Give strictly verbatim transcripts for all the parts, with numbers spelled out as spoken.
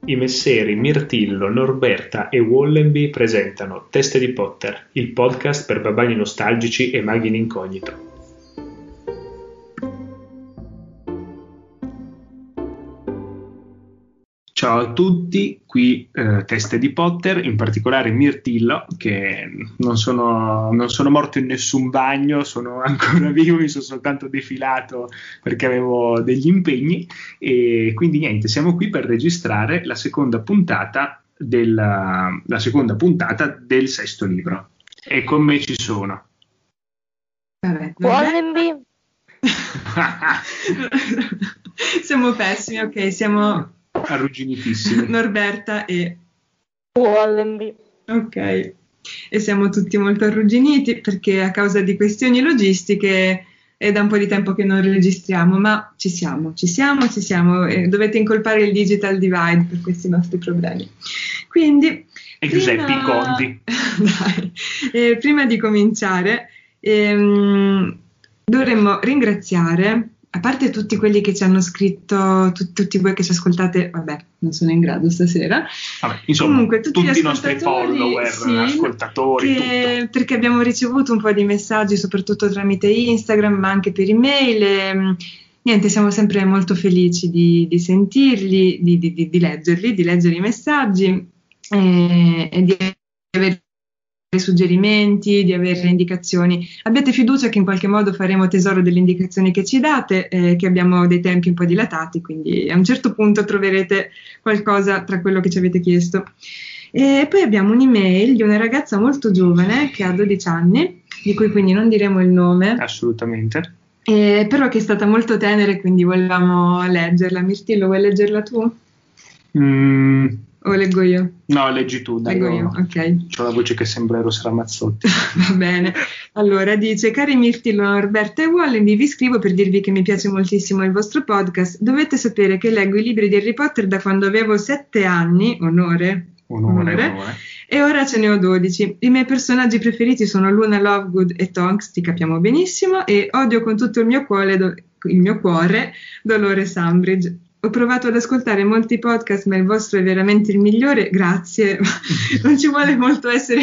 I messeri Mirtillo, Norberta e Wallenby presentano Teste di Potter, il podcast per babani nostalgici e maghi in incognito. Ciao a tutti, qui eh, Teste di Potter, in particolare Mirtillo, che non sono, non sono morto in nessun bagno, sono ancora vivo, mi sono soltanto defilato perché avevo degli impegni e quindi niente, siamo qui per registrare la seconda puntata del, la seconda puntata del sesto libro. E con me ci sono Vabbè, Wallenby. Siamo pessimi, ok, siamo arrugginitissimi. Norberta e Wallenby. Ok, e siamo tutti molto arrugginiti perché a causa di questioni logistiche è da un po' di tempo che non registriamo, ma ci siamo, ci siamo, ci siamo e dovete incolpare il digital divide per questi nostri problemi. Quindi e Giuseppe prima... Gondi. Dai, eh, prima di cominciare ehm, dovremmo ringraziare, a parte tutti quelli che ci hanno scritto, tu, tutti voi che ci ascoltate, vabbè, non sono in grado stasera. Vabbè, insomma, comunque tutti, tutti gli i nostri follower, sì, ascoltatori, che, tutto. Perché abbiamo ricevuto un po' di messaggi, soprattutto tramite Instagram, ma anche per email. E, niente, siamo sempre molto felici di, di sentirli, di, di, di, di leggerli, di leggere i messaggi e, e di avere suggerimenti, di avere indicazioni. Abbiate fiducia che in qualche modo faremo tesoro delle indicazioni che ci date, eh, che abbiamo dei tempi un po' dilatati, quindi a un certo punto troverete qualcosa tra quello che ci avete chiesto. E poi abbiamo un'email di una ragazza molto giovane che ha dodici anni, di cui quindi non diremo il nome. Assolutamente. Eh, però che è stata molto tenera, quindi volevamo leggerla. Mirtillo, vuoi leggerla tu? Mm. O leggo io? No, leggi tu, dai. Leggo io, ok. C'ho la voce che sembra Eros Ramazzotti. Va bene. Allora, dice: cari Mirtillo, Norberta e Wallenby, vi scrivo per dirvi che mi piace moltissimo il vostro podcast. Dovete sapere che leggo i libri di Harry Potter da quando avevo sette anni, onore, onore, onore, onore. E ora ce ne ho dodici. I miei personaggi preferiti sono Luna Lovegood e Tonks, ti capiamo benissimo, e odio con tutto il mio cuore, do- il mio cuore Dolores Umbridge. Ho provato ad ascoltare molti podcast, ma il vostro è veramente il migliore, grazie. Non ci vuole molto essere...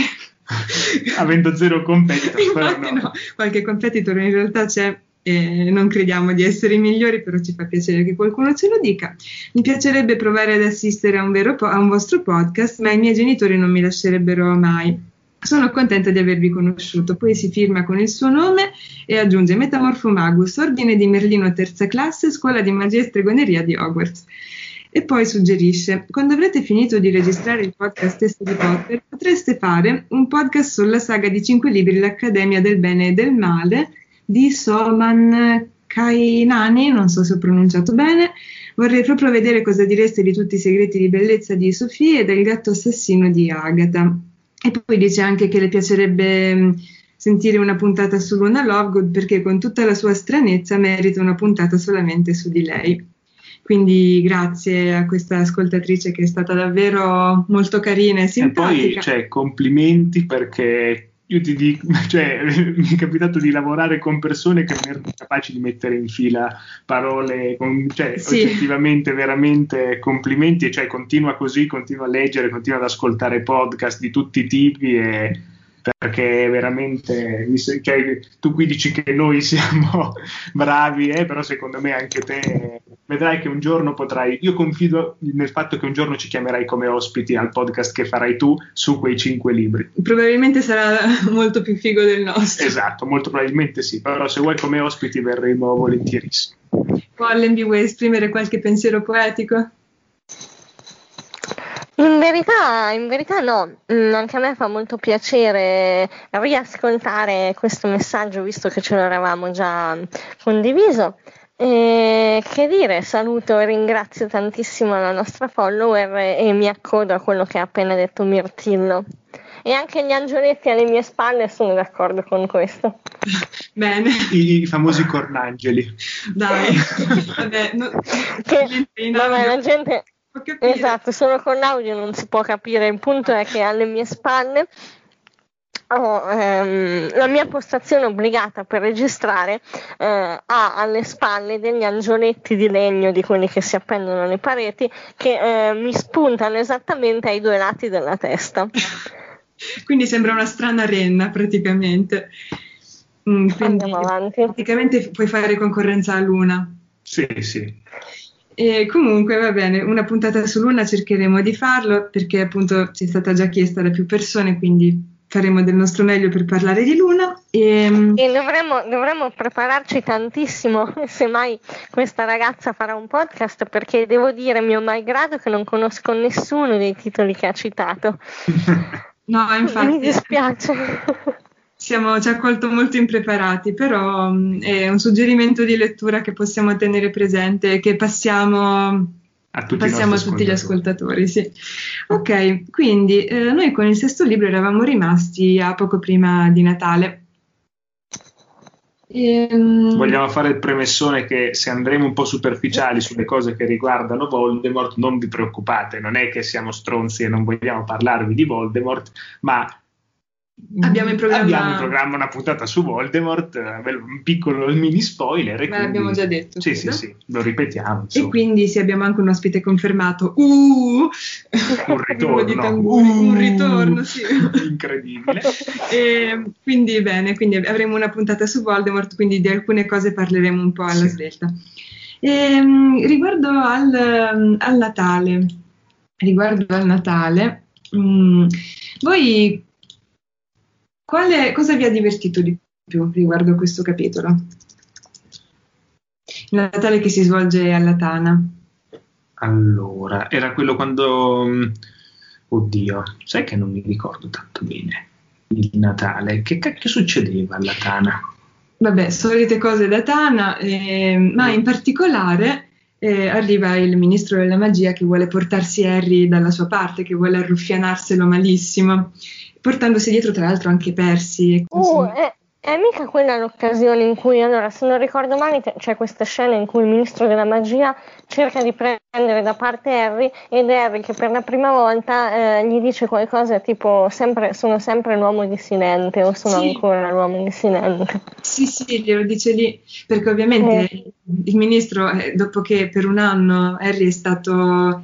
Avendo zero competitor. Infatti no. no, qualche competitor in realtà c'è, e non crediamo di essere i migliori, però ci fa piacere che qualcuno ce lo dica. Mi piacerebbe provare ad assistere a un, vero po- a un vostro podcast, ma i miei genitori non mi lascerebbero mai. Sono contenta di avervi conosciuto. Poi si firma con il suo nome e aggiunge Metamorfo Magus, Ordine di Merlino terza classe, Scuola di Magia e Stregoneria di Hogwarts. E poi suggerisce: quando avrete finito di registrare il podcast Teste di Potter, potreste fare un podcast sulla saga di cinque libri L'Accademia del Bene e del Male di Soman Kainani, non so se ho pronunciato bene. Vorrei proprio vedere cosa direste di tutti i segreti di bellezza di Sofia e del gatto assassino di Agatha. E poi dice anche che le piacerebbe sentire una puntata su Luna Lovegood perché con tutta la sua stranezza merita una puntata solamente su di lei. Quindi grazie a questa ascoltatrice che è stata davvero molto carina e simpatica. E poi, cioè, complimenti perché io ti dico, cioè, mi è capitato di lavorare con persone che non erano capaci di mettere in fila parole, con, cioè, sì. Oggettivamente, veramente complimenti, e cioè continua così, continua a leggere, continua ad ascoltare podcast di tutti i tipi, e perché veramente, cioè, tu qui dici che noi siamo bravi, eh, però secondo me anche te vedrai che un giorno potrai, io confido nel fatto che un giorno ci chiamerai come ospiti al podcast che farai tu su quei cinque libri. Probabilmente sarà molto più figo del nostro. Esatto, molto probabilmente sì, però se vuoi come ospiti verremo volentierissimi. Wallenby, vuoi esprimere qualche pensiero poetico? In verità, in verità no, mm, anche a me fa molto piacere riascoltare questo messaggio visto che ce l'eravamo già condiviso. E che dire, saluto e ringrazio tantissimo la nostra follower e mi accodo a quello che ha appena detto Mirtillo. E anche gli angioletti alle mie spalle sono d'accordo con questo. Bene. I, i famosi cornangeli. Dai, vabbè, no, che, vabbè, la gente... Esatto, solo con l'audio non si può capire, il punto è che alle mie spalle ho ehm, la mia postazione obbligata per registrare eh, ha alle spalle degli angioletti di legno, di quelli che si appendono alle pareti, che eh, mi spuntano esattamente ai due lati della testa. Quindi sembra una strana renna praticamente. Mm, quindi Andiamo avanti. praticamente puoi fare concorrenza a Luna. Sì, sì. E comunque va bene, una puntata su Luna cercheremo di farlo, perché appunto ci è stata già chiesta da più persone, quindi faremo del nostro meglio per parlare di Luna. E, e dovremmo, dovremmo prepararci tantissimo se mai questa ragazza farà un podcast, perché devo dire, mio malgrado, che non conosco nessuno dei titoli che ha citato. No, infatti mi dispiace. Siamo, ci ha colto molto impreparati, però um, è un suggerimento di lettura che possiamo tenere presente e che passiamo a tutti, passiamo a tutti gli ascoltatori. Sì. Ok, quindi eh, noi con il sesto libro eravamo rimasti a poco prima di Natale. Ehm... Vogliamo fare il premessone che se andremo un po' superficiali sulle cose che riguardano Voldemort, non vi preoccupate, non è che siamo stronzi e non vogliamo parlarvi di Voldemort, ma Abbiamo in programma... abbiamo in programma una puntata su Voldemort, un piccolo mini spoiler. Ma quindi... l'abbiamo già detto. Sì, sì, sì, lo ripetiamo. Insomma. E quindi sì, abbiamo anche un ospite confermato. Uh! Un ritorno. Di tamburi, uh! Un ritorno, sì. Incredibile. E quindi bene, quindi avremo una puntata su Voldemort, quindi di alcune cose parleremo un po' alla sì. svelta. E, riguardo al, al Natale, riguardo al Natale, mh, voi... Quale, cosa vi ha divertito di più riguardo a questo capitolo? Il Natale che si svolge alla Tana. Allora, era quello quando... Oddio, sai che non mi ricordo tanto bene il Natale. Che cacchio succedeva alla Tana? Vabbè, solite cose da Tana, eh, ma in particolare eh, arriva il ministro della magia che vuole portarsi Harry dalla sua parte, che vuole arruffianarselo malissimo, portandosi dietro tra l'altro anche Percy. Uh, è, è mica quella l'occasione in cui, allora, se non ricordo male, c'è questa scena in cui il ministro della magia cerca di prendere da parte Harry, ed Harry che per la prima volta eh, gli dice qualcosa tipo sempre, sono sempre l'uomo dissidente o sono sì. ancora l'uomo dissidente. Sì, sì, glielo dice lì, perché ovviamente eh. il ministro, eh, dopo che per un anno Harry è stato...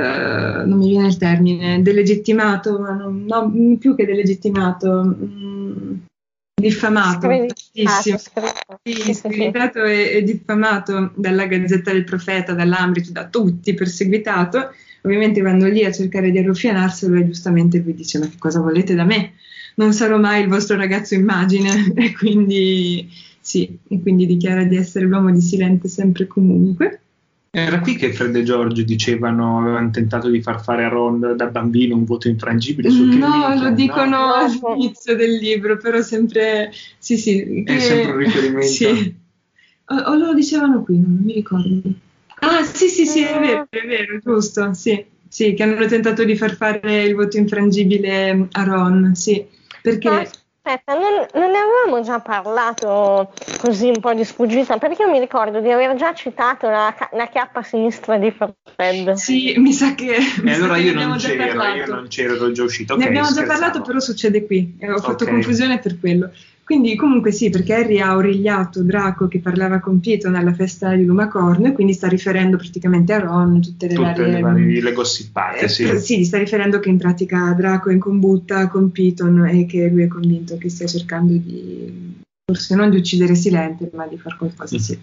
Uh, non mi viene il termine, delegittimato, ma non, no, più che delegittimato, mh, diffamato, tantissimo, sì, screditato e, e diffamato dalla Gazzetta del Profeta, dall'Ambridge, da tutti, perseguitato. Ovviamente vanno lì a cercare di arruffianarselo e giustamente lui dice: ma che cosa volete da me? Non sarò mai il vostro ragazzo immagine. E quindi sì, e quindi dichiara di essere l'uomo dissidente sempre e comunque. Era qui che Fred e George dicevano, avevano tentato di far fare a Ron da bambino un voto infrangibile sul no, King. Lo dicono no? all'inizio del libro, però sempre, sì sì. È che, sempre un riferimento. Sì. O, o lo dicevano qui, non mi ricordo. Ah sì sì sì, è vero, è vero, giusto, sì. Sì, che hanno tentato di far fare il voto infrangibile a Ron, sì, perché... Ah. Aspetta, non, non ne avevamo già parlato così un po' di sfuggita? Perché io mi ricordo di aver già citato la, la chiappa sinistra di Fred. Sì, mi sa che... E allora io non c'ero, io non c'ero, ero già uscito. Okay, ne abbiamo scherzavo. già parlato, però succede qui, e ho fatto okay. confusione per quello. Quindi comunque sì, perché Harry ha aurigliato Draco che parlava con Piton alla festa di Lumacorno e quindi sta riferendo praticamente a Ron tutte le tutte varie... le varie le gossipate, eh, sì. Sì, sta riferendo che in pratica Draco è in combutta con Piton e che lui è convinto che stia cercando di, forse non di uccidere Silente, ma di far qualcosa, mm. sì.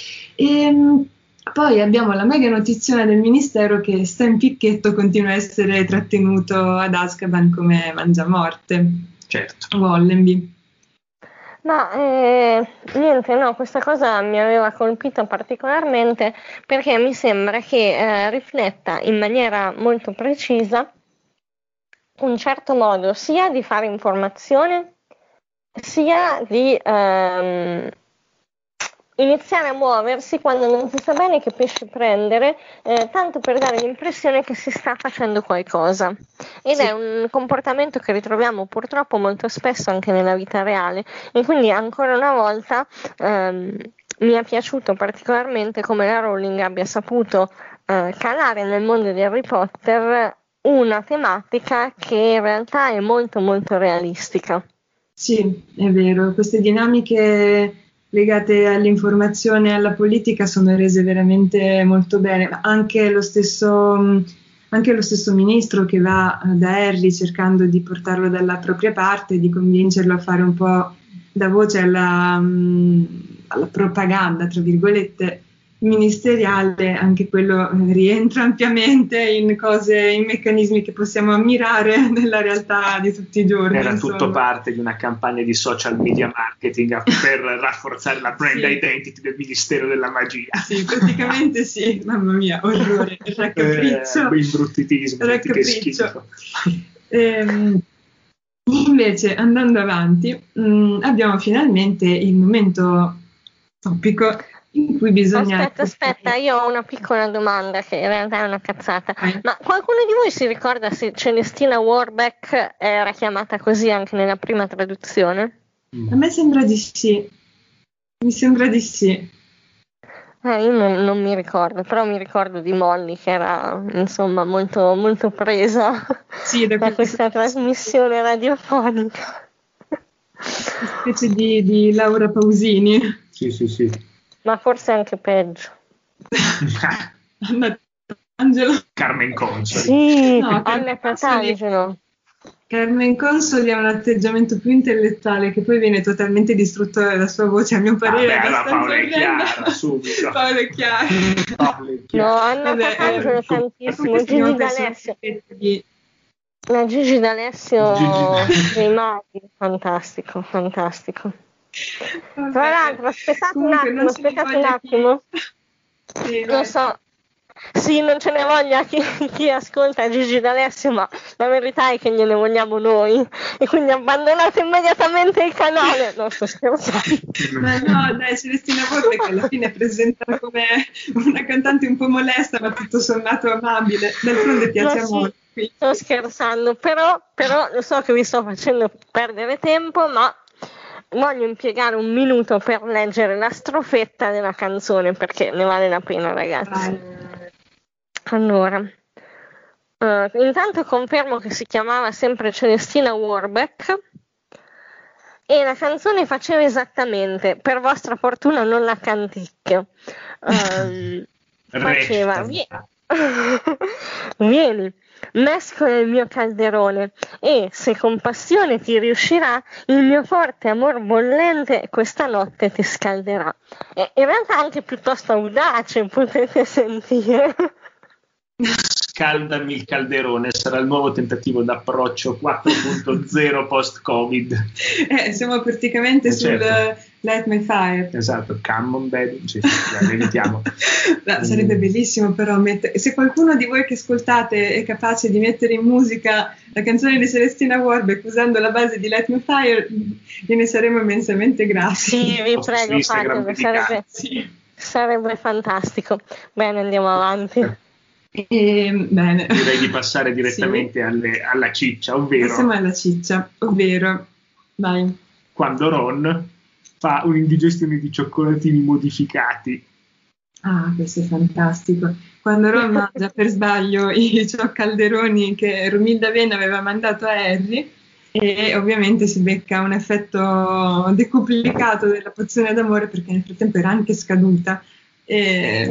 E poi abbiamo la mega notizia del ministero che Stan Picchetto continua a essere trattenuto ad Azkaban come mangiamorte. Certo. Wallenby. Ma eh, niente, no, questa cosa mi aveva colpito particolarmente perché mi sembra che eh, rifletta in maniera molto precisa un certo modo sia di fare informazione sia di ehm, iniziare a muoversi quando non si sa bene che pesci prendere, eh, tanto per dare l'impressione che si sta facendo qualcosa. Ed sì. È un comportamento che ritroviamo purtroppo molto spesso anche nella vita reale, e quindi ancora una volta ehm, mi è piaciuto particolarmente come la Rowling abbia saputo eh, calare nel mondo di Harry Potter una tematica che in realtà è molto molto realistica. Sì, è vero, queste dinamiche legate all'informazione e alla politica sono rese veramente molto bene. Anche lo stesso, anche lo stesso ministro che va da Harry cercando di portarlo dalla propria parte, di convincerlo a fare un po' da voce alla, alla propaganda, tra virgolette, ministeriale, anche quello rientra ampiamente in cose, in meccanismi che possiamo ammirare nella realtà di tutti i giorni. Era insomma. tutto parte di una campagna di social media marketing per rafforzare la brand Sì. identity del Ministero della Magia. Sì, praticamente sì, mamma mia, orrore, raccapriccio. Eh, imbruttitissimo, che Raccapriccio. schifo. Ehm, invece, andando avanti, mh, abbiamo finalmente il momento topico in cui bisogna... Aspetta, aspetta, io ho una piccola domanda che in realtà è una cazzata. Vai. Ma qualcuno di voi si ricorda se Celestina Warbeck era chiamata così anche nella prima traduzione? A me sembra di sì, mi sembra di sì. Eh, io non, non mi ricordo, però mi ricordo di Molly che era insomma molto, molto presa Sì, da da questa trasmissione radiofonica. Una specie di, di Laura Pausini. Sì, sì, sì. Ma forse anche peggio. Anna Angelo. Carmen Consoli. Sì, No, Anna Carmen Consoli. Tatangelo. Carmen Consoli ha un atteggiamento più intellettuale che poi viene totalmente distrutto dalla sua voce, a mio parere. Vabbè, allora abbastanza Paola è orrenda. Chiara, subito. Paola è Chiara. Paola è No, Chiara. Anna Vabbè, Tatangelo eh, tantissimo. poi stiamo Gigi preso D'Alessio. di- La Gigi D'Alessio Gigi. dei Maghi, fantastico, fantastico. Vabbè. Tra l'altro, aspettate Comunque, un non attimo, ce ne aspettate un voglia chi- attimo. Sì, Lo vai. so, sì, non ce ne voglia chi, chi ascolta Gigi D'Alessio, ma la verità è che gliene vogliamo noi. E quindi abbandonate immediatamente il canale. No, sto scherzando. Ma no, dai, Celestina Warbeck alla fine è presentata come una cantante un po' molesta, ma tutto sommato amabile. D'altronde piace Ma a sì, molti. qui. sto scherzando, però, però lo so che vi sto facendo perdere tempo, ma voglio impiegare un minuto per leggere la strofetta della canzone perché ne vale la pena, ragazzi. Vai. Allora, eh, intanto confermo che si chiamava sempre Celestina Warbeck e la canzone faceva esattamente, per vostra fortuna non la canticchio, ehm, faceva vie- vieni, mescola il mio calderone e se con passione ti riuscirà il mio forte amor bollente questa notte ti scalderà. E in realtà anche piuttosto audace, potete sentire. Scaldami il calderone sarà il nuovo tentativo d'approccio quattro punto zero post-Covid. Eh, siamo praticamente Eh, sul certo. Light My Fire. Esatto, come on baby. Sì, sì, la evitiamo. No, sarebbe bellissimo però mettere, se qualcuno di voi che ascoltate è capace di mettere in musica la canzone di Celestina Warbeck usando la base di Light My Fire, gliene saremo immensamente grati. Sì, vi Posto su prego, Instagram fatelo, sarebbe, Sì. sarebbe fantastico. Bene, andiamo avanti. E, bene. Direi di passare direttamente Sì. alle- alla ciccia, ovvero Passiamo alla ciccia, ovvero, vai. quando Ron fa un'indigestione di cioccolatini modificati. Ah, questo è fantastico. Quando Ron mangia per sbaglio i cioccalderoni che Romilda Vena aveva mandato a Harry e ovviamente si becca un effetto decuplicato della pozione d'amore perché nel frattempo era anche scaduta. E...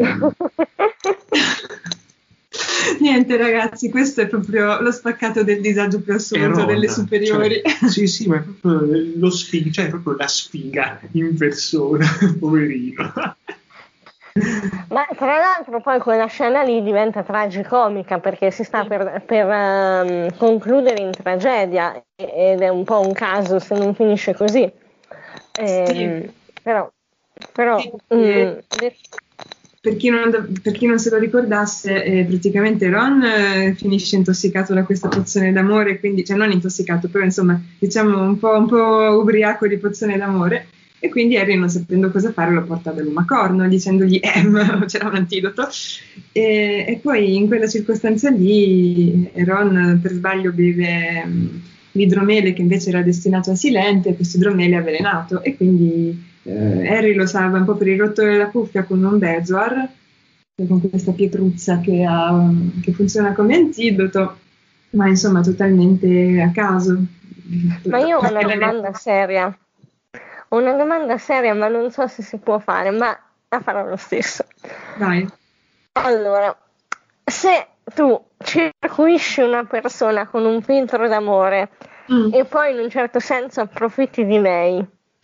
Niente ragazzi, questo è proprio lo spaccato del disagio più assoluto Ron, delle superiori. cioè, sì, sì, ma è proprio lo sfiga, cioè è proprio la sfiga in persona, poverino. Ma tra l'altro poi quella scena lì diventa tragicomica perché si sta per, per ehm, concludere in tragedia ed è un po' un caso se non finisce così. Ehm, Sì. Però, però Sì, mm, eh, de- Per chi, non, per chi non se lo ricordasse, eh, praticamente Ron eh, finisce intossicato da questa pozione d'amore, quindi, cioè non intossicato, però insomma diciamo un po', un po' ubriaco di pozione d'amore, e quindi Harry non sapendo cosa fare lo porta dall'umacorno dicendogli ehm, c'era un antidoto, e, e poi in quella circostanza lì Ron per sbaglio beve mh, l'idromele che invece era destinato a Silente, e questo idromele è avvelenato e quindi Uh, Harry lo salva un po' per il rotto della cuffia con un Bezoar, con questa pietruzza che, ha, che funziona come antidoto, ma insomma totalmente a caso. Ma io ho una domanda seria. Ho una domanda seria, ma non so se si può fare, ma la farò lo stesso. Dai. Allora, se tu circuisci una persona con un filtro d'amore mm. e poi in un certo senso approfitti di lei.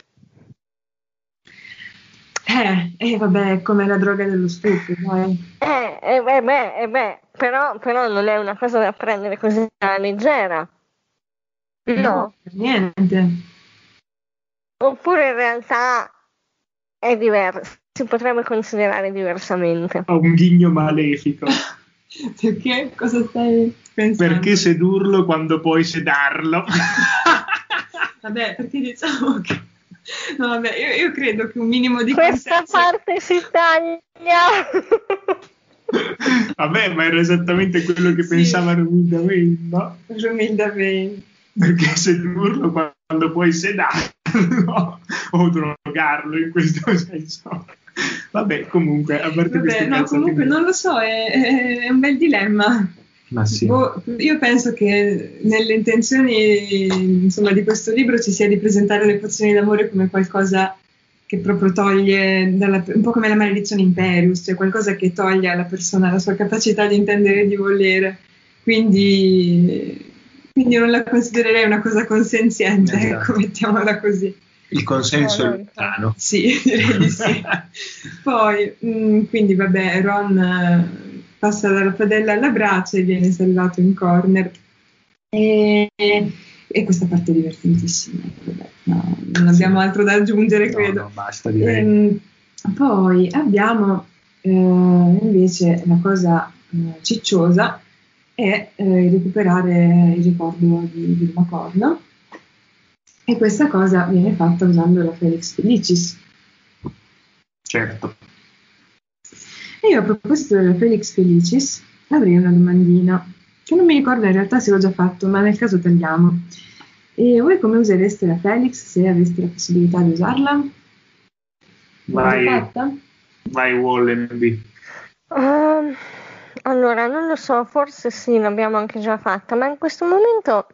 Eh, eh vabbè, è come la droga dello stupro, dai. Eh, eh, beh, beh, eh, beh, però, però non è una cosa da prendere così alla leggera. No, no, niente. Oppure in realtà è diverso, si potrebbe considerare diversamente. Ho un ghigno malefico. Perché? Cosa stai pensando? Perché sedurlo quando puoi sedarlo? Vabbè, perché diciamo che... No, vabbè, io, io credo che un minimo di questa consenso... parte si taglia. Vabbè, ma era esattamente quello che sì. pensava Romilda Wayne, no? Romilda Wayne. Perché sedurlo quando puoi sedarlo o drogarlo in questo senso. Vabbè, comunque, a parte Vabbè, no, comunque non lo so, è, è un bel dilemma. Ma sì. Boh, io penso che nelle intenzioni, insomma, di questo libro ci sia di presentare le pozioni d'amore come qualcosa che proprio toglie, dalla, un po' come la maledizione Imperius, cioè qualcosa che toglie alla persona la sua capacità di intendere e di volere. Quindi, quindi non la considererei una cosa consenziente, esatto. Ecco, mettiamola così. Il consenso è lontano. Sì, direi di sì. Poi, mh, quindi vabbè, Ron eh, passa dalla padella alla brace e viene salvato in corner. E, e questa parte è divertentissima. Vabbè, no, non abbiamo altro da aggiungere, no, credo. No, basta, direi. E, poi abbiamo eh, invece la cosa eh, cicciosa è eh, recuperare il ricordo di, di Macorno. E questa cosa viene fatta usando la Felix Felicis. Certo. E io a proposito della Felix Felicis avrei una domandina, che non mi ricordo in realtà se l'ho già fatto, ma nel caso tagliamo. E voi come usereste la Felix se aveste la possibilità di usarla? Vai, fatta? Vai Wallenby. Uh, allora, non lo so, forse sì, l'abbiamo anche già fatta, ma in questo momento...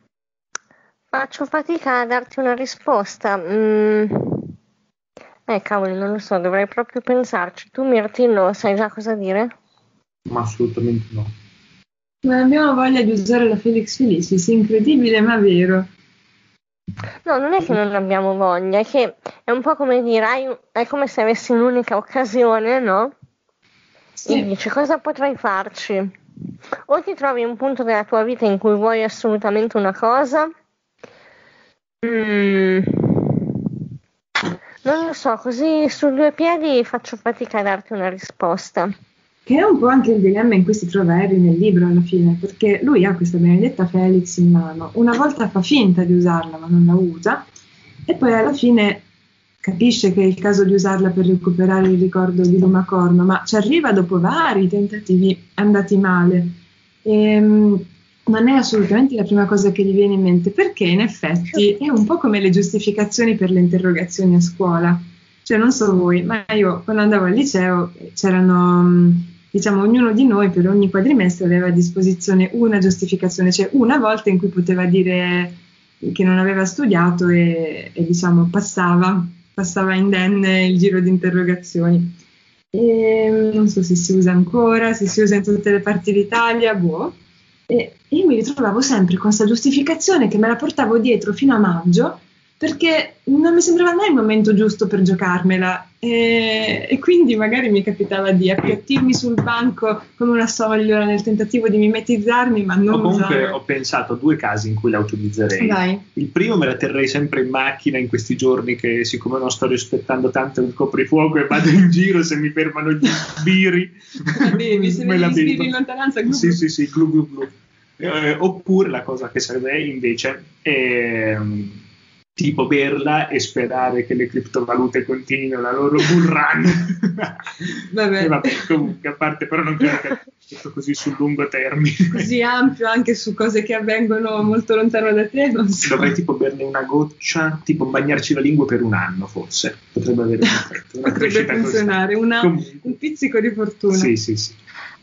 faccio fatica a darti una risposta. Mm. Eh, cavoli, non lo so, dovrei proprio pensarci. Tu, Mirtillo, sai già cosa dire? Ma assolutamente no. Non abbiamo voglia di usare la Felix Felicis, incredibile ma vero. No, non è che non abbiamo voglia, è che è un po' come dire, hai, è come se avessi un'unica occasione, no? Sì. E dici, cosa potrai farci? O ti trovi un punto della tua vita in cui vuoi assolutamente una cosa... Mm. Non lo so, così su due piedi faccio fatica a darti una risposta. Che è un po' anche il dilemma in cui si trova Harry nel libro alla fine, perché lui ha questa benedetta Felix in mano, una volta fa finta di usarla ma non la usa, e poi alla fine capisce che è il caso di usarla per recuperare il ricordo di Lumacorno, ma ci arriva dopo vari tentativi andati male. E, non è assolutamente la prima cosa che gli viene in mente, perché in effetti è un po' come le giustificazioni per le interrogazioni a scuola. Cioè, non so voi, ma io quando andavo al liceo c'erano, diciamo, ognuno di noi per ogni quadrimestre aveva a disposizione una giustificazione, cioè una volta in cui poteva dire che non aveva studiato e, e diciamo, passava, passava indenne il giro di interrogazioni. E non so se si usa ancora, se si usa in tutte le parti d'Italia, boh. E io mi ritrovavo sempre con questa giustificazione che me la portavo dietro fino a maggio, perché non mi sembrava mai il momento giusto per giocarmela, e, e quindi magari mi capitava di appiattirmi sul banco come una sogliola nel tentativo di mimetizzarmi, ma non o comunque usare. Ho pensato a due casi in cui la utilizzerei. Vai. Il primo me la terrei sempre in macchina in questi giorni, che siccome non sto rispettando tanto il coprifuoco e vado in giro, se mi fermano gli sbirri la bevi, se me gli la sbirri bevo in lontananza, glu, sì glu. sì sì glu glu glu. Eh, oppure la cosa che serve invece è tipo berla e sperare che le criptovalute continuino la loro bull run. Vabbè. E vabbè, comunque, a parte, però non credo che tutto così sul lungo termine. Così ampio anche su cose che avvengono molto lontano da te, non so. Dovrei tipo berne una goccia, tipo bagnarci la lingua per un anno, forse. Potrebbe avere un effetto, una potrebbe funzionare, una, un pizzico di fortuna. Sì, sì, sì.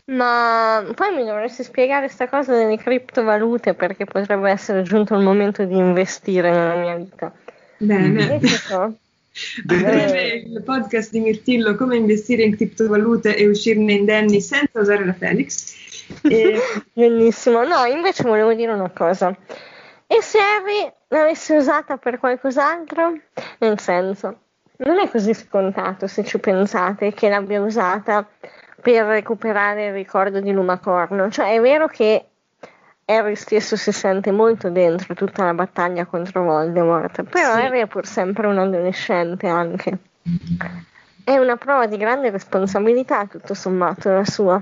Ma poi mi dovresti spiegare questa cosa delle criptovalute, perché potrebbe essere giunto il momento di investire nella mia vita. Bene. So. Breve il podcast di Mirtillo, come investire in criptovalute e uscirne indenni senza usare la Felix. E... Bellissimo. No, invece volevo dire una cosa. E se Harry l'avesse usata per qualcos'altro? Nel senso, non è così scontato, se ci pensate, che l'abbia usata per recuperare il ricordo di Lumacorno. Cioè, è vero che Harry stesso si sente molto dentro tutta la battaglia contro Voldemort, però sì. Harry è pur sempre un adolescente anche. È una prova di grande responsabilità, tutto sommato, la sua.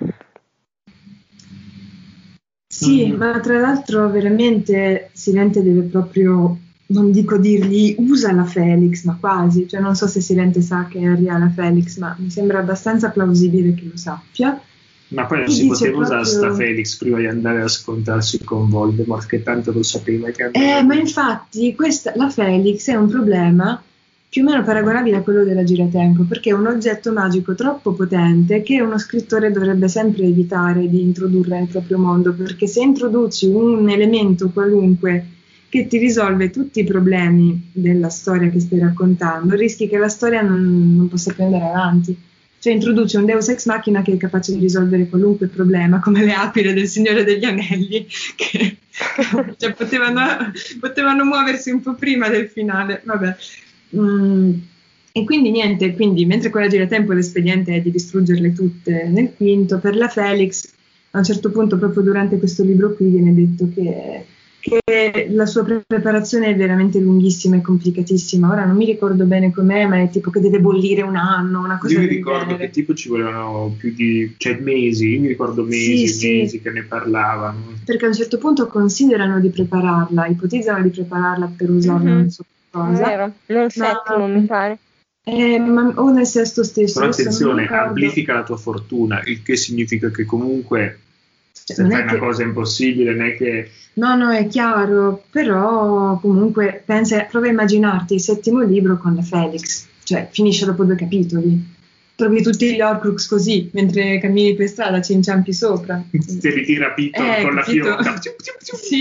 Sì, ma tra l'altro veramente Silente deve proprio, non dico dirgli usa la Felix, ma quasi, cioè non so se Silente sa che Harry ha la Felix, ma mi sembra abbastanza plausibile che lo sappia. Ma poi non si poteva proprio... usare sta Felix prima di andare a scontarsi con Voldemort, che tanto lo sapeva che Eh, ma infatti questa, la Felix è un problema più o meno paragonabile a quello della giratempo, perché è un oggetto magico troppo potente che uno scrittore dovrebbe sempre evitare di introdurre nel proprio mondo, perché se introduci un elemento qualunque che ti risolve tutti i problemi della storia che stai raccontando, rischi che la storia non, non possa più andare avanti. Cioè introduce un Deus Ex Machina che è capace di risolvere qualunque problema, come le aquile del Signore degli Anelli, che cioè, potevano, potevano muoversi un po' prima del finale, vabbè. Mm, e quindi niente, quindi mentre con la giratempo l'espediente è di distruggerle tutte nel quinto, per la Felix a un certo punto, proprio durante questo libro qui, viene detto che, che la sua preparazione è veramente lunghissima e complicatissima. Ora non mi ricordo bene com'è, ma è tipo che deve bollire un anno, una cosa io mi del ricordo genere. Che tipo ci volevano più di cioè mesi, io mi ricordo mesi sì, e mesi sì. che ne parlavano, perché a un certo punto considerano di prepararla, ipotizzano di prepararla per usarla mm-hmm. non so cosa, vero, nel settimo ma, mi pare eh, ma, o nel sesto stesso. Però attenzione, amplifica la tua fortuna, il che significa che comunque se non fai una che... cosa impossibile non è che no no è chiaro, però comunque pensa, prova a immaginarti il settimo libro con la Felix, cioè finisce dopo due capitoli, trovi tutti gli Horcrux così mentre cammini per strada, ci inciampi sopra, ti ritira Pito eh, con capito? la fiocca sì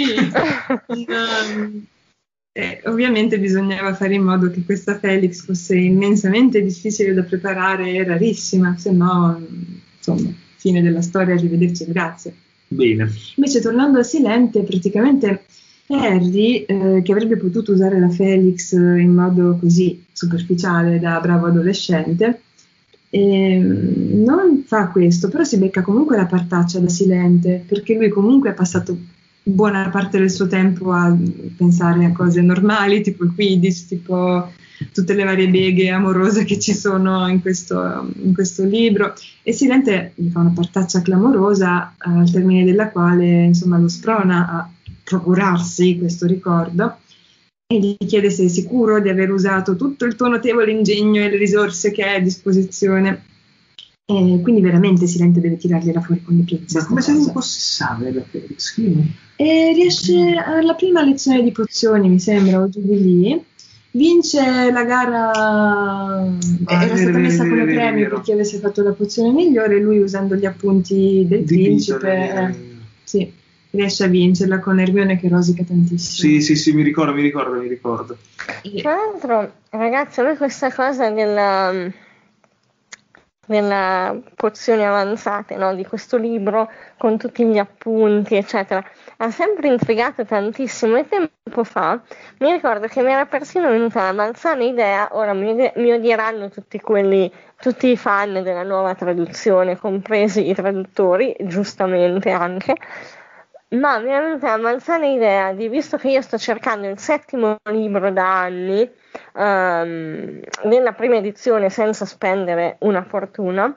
um, eh, ovviamente bisognava fare in modo che questa Felix fosse immensamente difficile da preparare e rarissima, se no insomma fine della storia, arrivederci, grazie. Bene. Invece tornando a Silente, praticamente Harry, eh, che avrebbe potuto usare la Felix in modo così superficiale da bravo adolescente, eh, non fa questo, però si becca comunque la partaccia da Silente, perché lui comunque ha passato buona parte del suo tempo a pensare a cose normali, tipo il Quidditch, tipo tutte le varie beghe amorose che ci sono in questo, in questo libro, e Silente gli fa una partaccia clamorosa, eh, al termine della quale insomma lo sprona a procurarsi questo ricordo e gli chiede se è sicuro di aver usato tutto il tuo notevole ingegno e le risorse che hai a disposizione, e quindi veramente Silente deve tirargliela fuori con i piedi. Ma come se non possessava la Felix? E riesce alla prima lezione di pozioni, mi sembra, o giù di lì. Vince la gara, ah, era stata vero, messa vero, come vero, premio vero. per chi avesse fatto la pozione migliore, lui usando gli appunti del di principe eh, sì, riesce a vincerla con Hermione che rosica tantissimo. Sì, sì, sì, mi ricordo, mi ricordo, mi ricordo. Tra l'altro, ragazzi, a me questa cosa della, della pozioni avanzate, no, di questo libro con tutti gli appunti, eccetera, ha sempre intrigato tantissimo. E tempo fa mi ricordo che mi era persino venuta la malsana idea, ora mi, mi odieranno tutti quelli, tutti i fan della nuova traduzione, compresi i traduttori, giustamente anche, ma mi è venuta la malsana idea di, visto che io sto cercando il settimo libro da anni, um, nella prima edizione senza spendere una fortuna,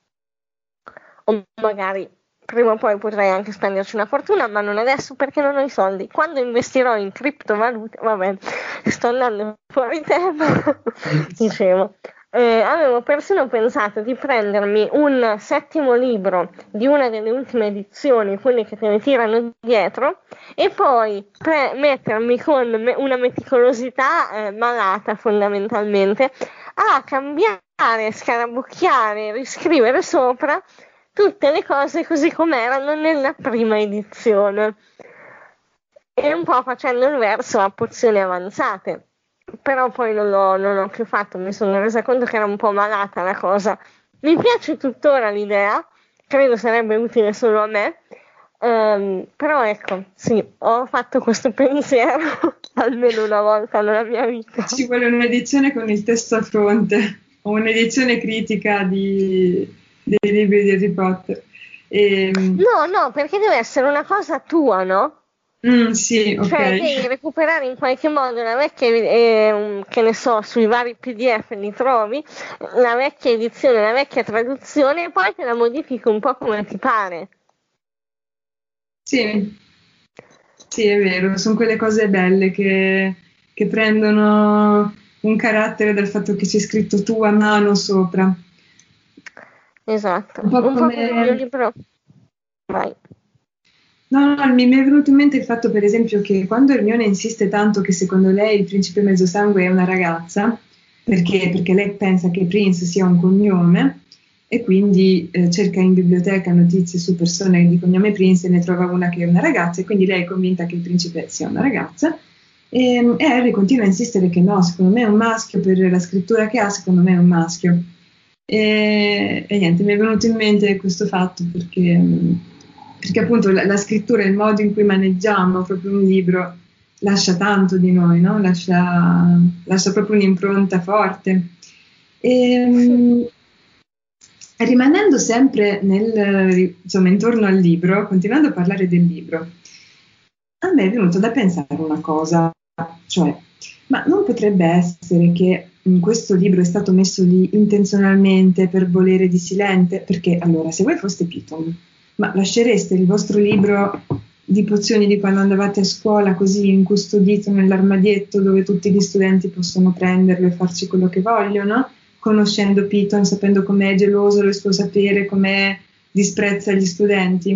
o magari prima o poi potrei anche spenderci una fortuna, ma non adesso perché non ho i soldi. Quando investirò in criptovalute, vabbè, sto andando fuori tema, dicevo, eh, avevo persino pensato di prendermi un settimo libro di una delle ultime edizioni, quelle che te ne tirano dietro, e poi pre- mettermi con me- una meticolosità eh, malata fondamentalmente a cambiare, scarabocchiare, riscrivere sopra tutte le cose così come erano nella prima edizione, e un po' facendo il verso a pozioni avanzate. Però poi non l'ho, non l'ho più fatto, mi sono resa conto che era un po' malata la cosa. Mi piace tuttora l'idea, credo sarebbe utile solo a me, um, però ecco, sì, ho fatto questo pensiero almeno una volta nella mia vita. Ci vuole un'edizione con il testo a fronte, o un'edizione critica di, dei libri di Harry Potter. E... No, no, perché deve essere una cosa tua, no? Mm, sì, ok. Cioè devi recuperare in qualche modo la vecchia, eh, che ne so, sui vari P D F li trovi, la vecchia edizione, la vecchia traduzione, e poi te la modifichi un po' come ti pare. Sì, sì, è vero, sono quelle cose belle che, che prendono un carattere dal fatto che c'è scritto tu a mano sopra. Esatto, Un po' un come... po' come il mio libro. Vai. No, no, mi è venuto in mente il fatto, per esempio, che quando Hermione insiste tanto che secondo lei il principe mezzosangue è una ragazza, perché, perché lei pensa che Prince sia un cognome, e quindi eh, cerca in biblioteca notizie su persone di cognome Prince e ne trova una che è una ragazza, e quindi lei è convinta che il principe sia una ragazza, e, e Harry continua a insistere che no, secondo me è un maschio, per la scrittura che ha, secondo me è un maschio. E, e niente, mi è venuto in mente questo fatto perché... perché appunto la, la scrittura, il modo in cui maneggiamo proprio un libro lascia tanto di noi, no? lascia, lascia proprio un'impronta forte. E, rimanendo sempre nel, insomma, intorno al libro, continuando a parlare del libro, a me è venuto da pensare una cosa, cioè, ma non potrebbe essere che questo libro è stato messo lì intenzionalmente per volere di Silente? Perché allora, se voi foste Piton, ma lascereste il vostro libro di pozioni di quando andavate a scuola così incustodito nell'armadietto dove tutti gli studenti possono prenderlo e farci quello che vogliono, conoscendo Piton, sapendo com'è geloso del suo sapere, com'è disprezza gli studenti?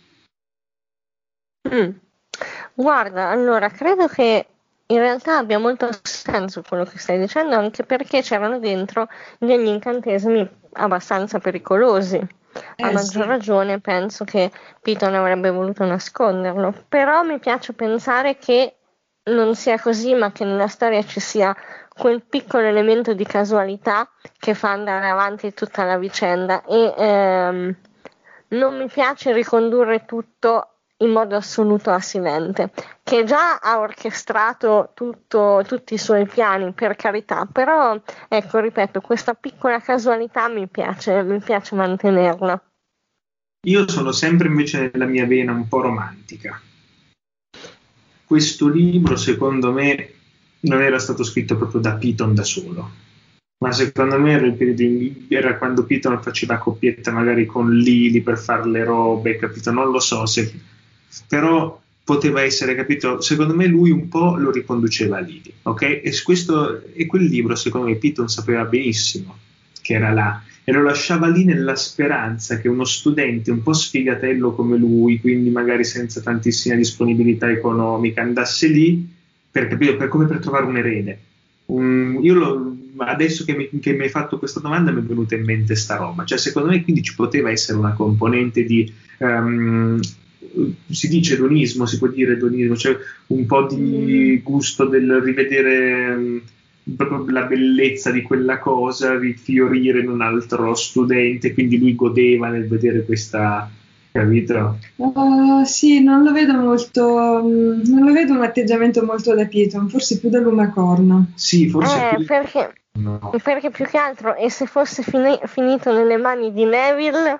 Mm. Guarda, allora, credo che in realtà abbia molto senso quello che stai dicendo, anche perché c'erano dentro degli incantesimi abbastanza pericolosi. A Eh, maggior sì. ragione penso che Piton avrebbe voluto nasconderlo, però mi piace pensare che non sia così, ma che nella storia ci sia quel piccolo elemento di casualità che fa andare avanti tutta la vicenda, e ehm, non mi piace ricondurre tutto in modo assoluto a Silente, che già ha orchestrato tutto, tutti i suoi piani, per carità, però ecco, ripeto, questa piccola casualità mi piace, mi piace mantenerla. Io sono sempre invece nella mia vena un po' romantica. Questo libro, secondo me, non era stato scritto proprio da Piton da solo, ma secondo me era, il periodo in, era quando Piton faceva coppietta magari con Lily per fare le robe, capito? Non lo so se... però poteva essere, capito? Secondo me lui un po' lo riconduceva a Lily, ok? E, questo, e quel libro, secondo me, Piton sapeva benissimo che era là, e lo lasciava lì nella speranza che uno studente un po' sfigatello come lui, quindi magari senza tantissima disponibilità economica, andasse lì per capire, per, come per trovare un erede. Um, io lo, adesso che mi, che mi hai fatto questa domanda mi è venuta in mente sta roba, cioè secondo me quindi ci poteva essere una componente di um, si dice edonismo, si può dire edonismo, cioè un po' di gusto del rivedere um, proprio la bellezza di quella cosa rifiorire in un altro studente, quindi lui godeva nel vedere questa, capito? Uh, sì, non lo vedo molto, non lo vedo un atteggiamento molto da Piton, forse più da lumacorno. Sì, forse eh, più... perché, no. perché più che altro, e se fosse fini, finito nelle mani di Neville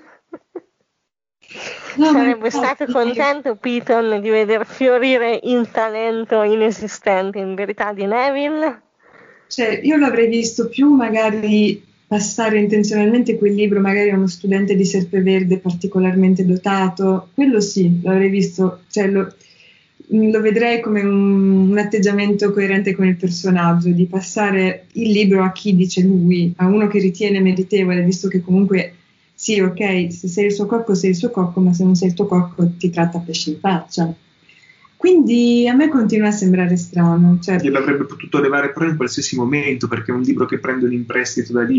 no, sarebbe infatti... stato contento Piton di veder fiorire il talento inesistente in verità di Neville? Cioè, io l'avrei visto più magari passare intenzionalmente quel libro magari a uno studente di Serpeverde particolarmente dotato, quello sì, l'avrei visto, cioè lo, lo vedrei come un, un atteggiamento coerente con il personaggio, di passare il libro a chi dice lui, a uno che ritiene meritevole, visto che comunque sì, ok, se sei il suo cocco sei il suo cocco, ma se non sei il tuo cocco ti tratta a pesci in faccia. Quindi a me continua a sembrare strano. Cioè... Gliel'avrebbe potuto levare però in qualsiasi momento, perché è un libro che prendono in prestito da lì.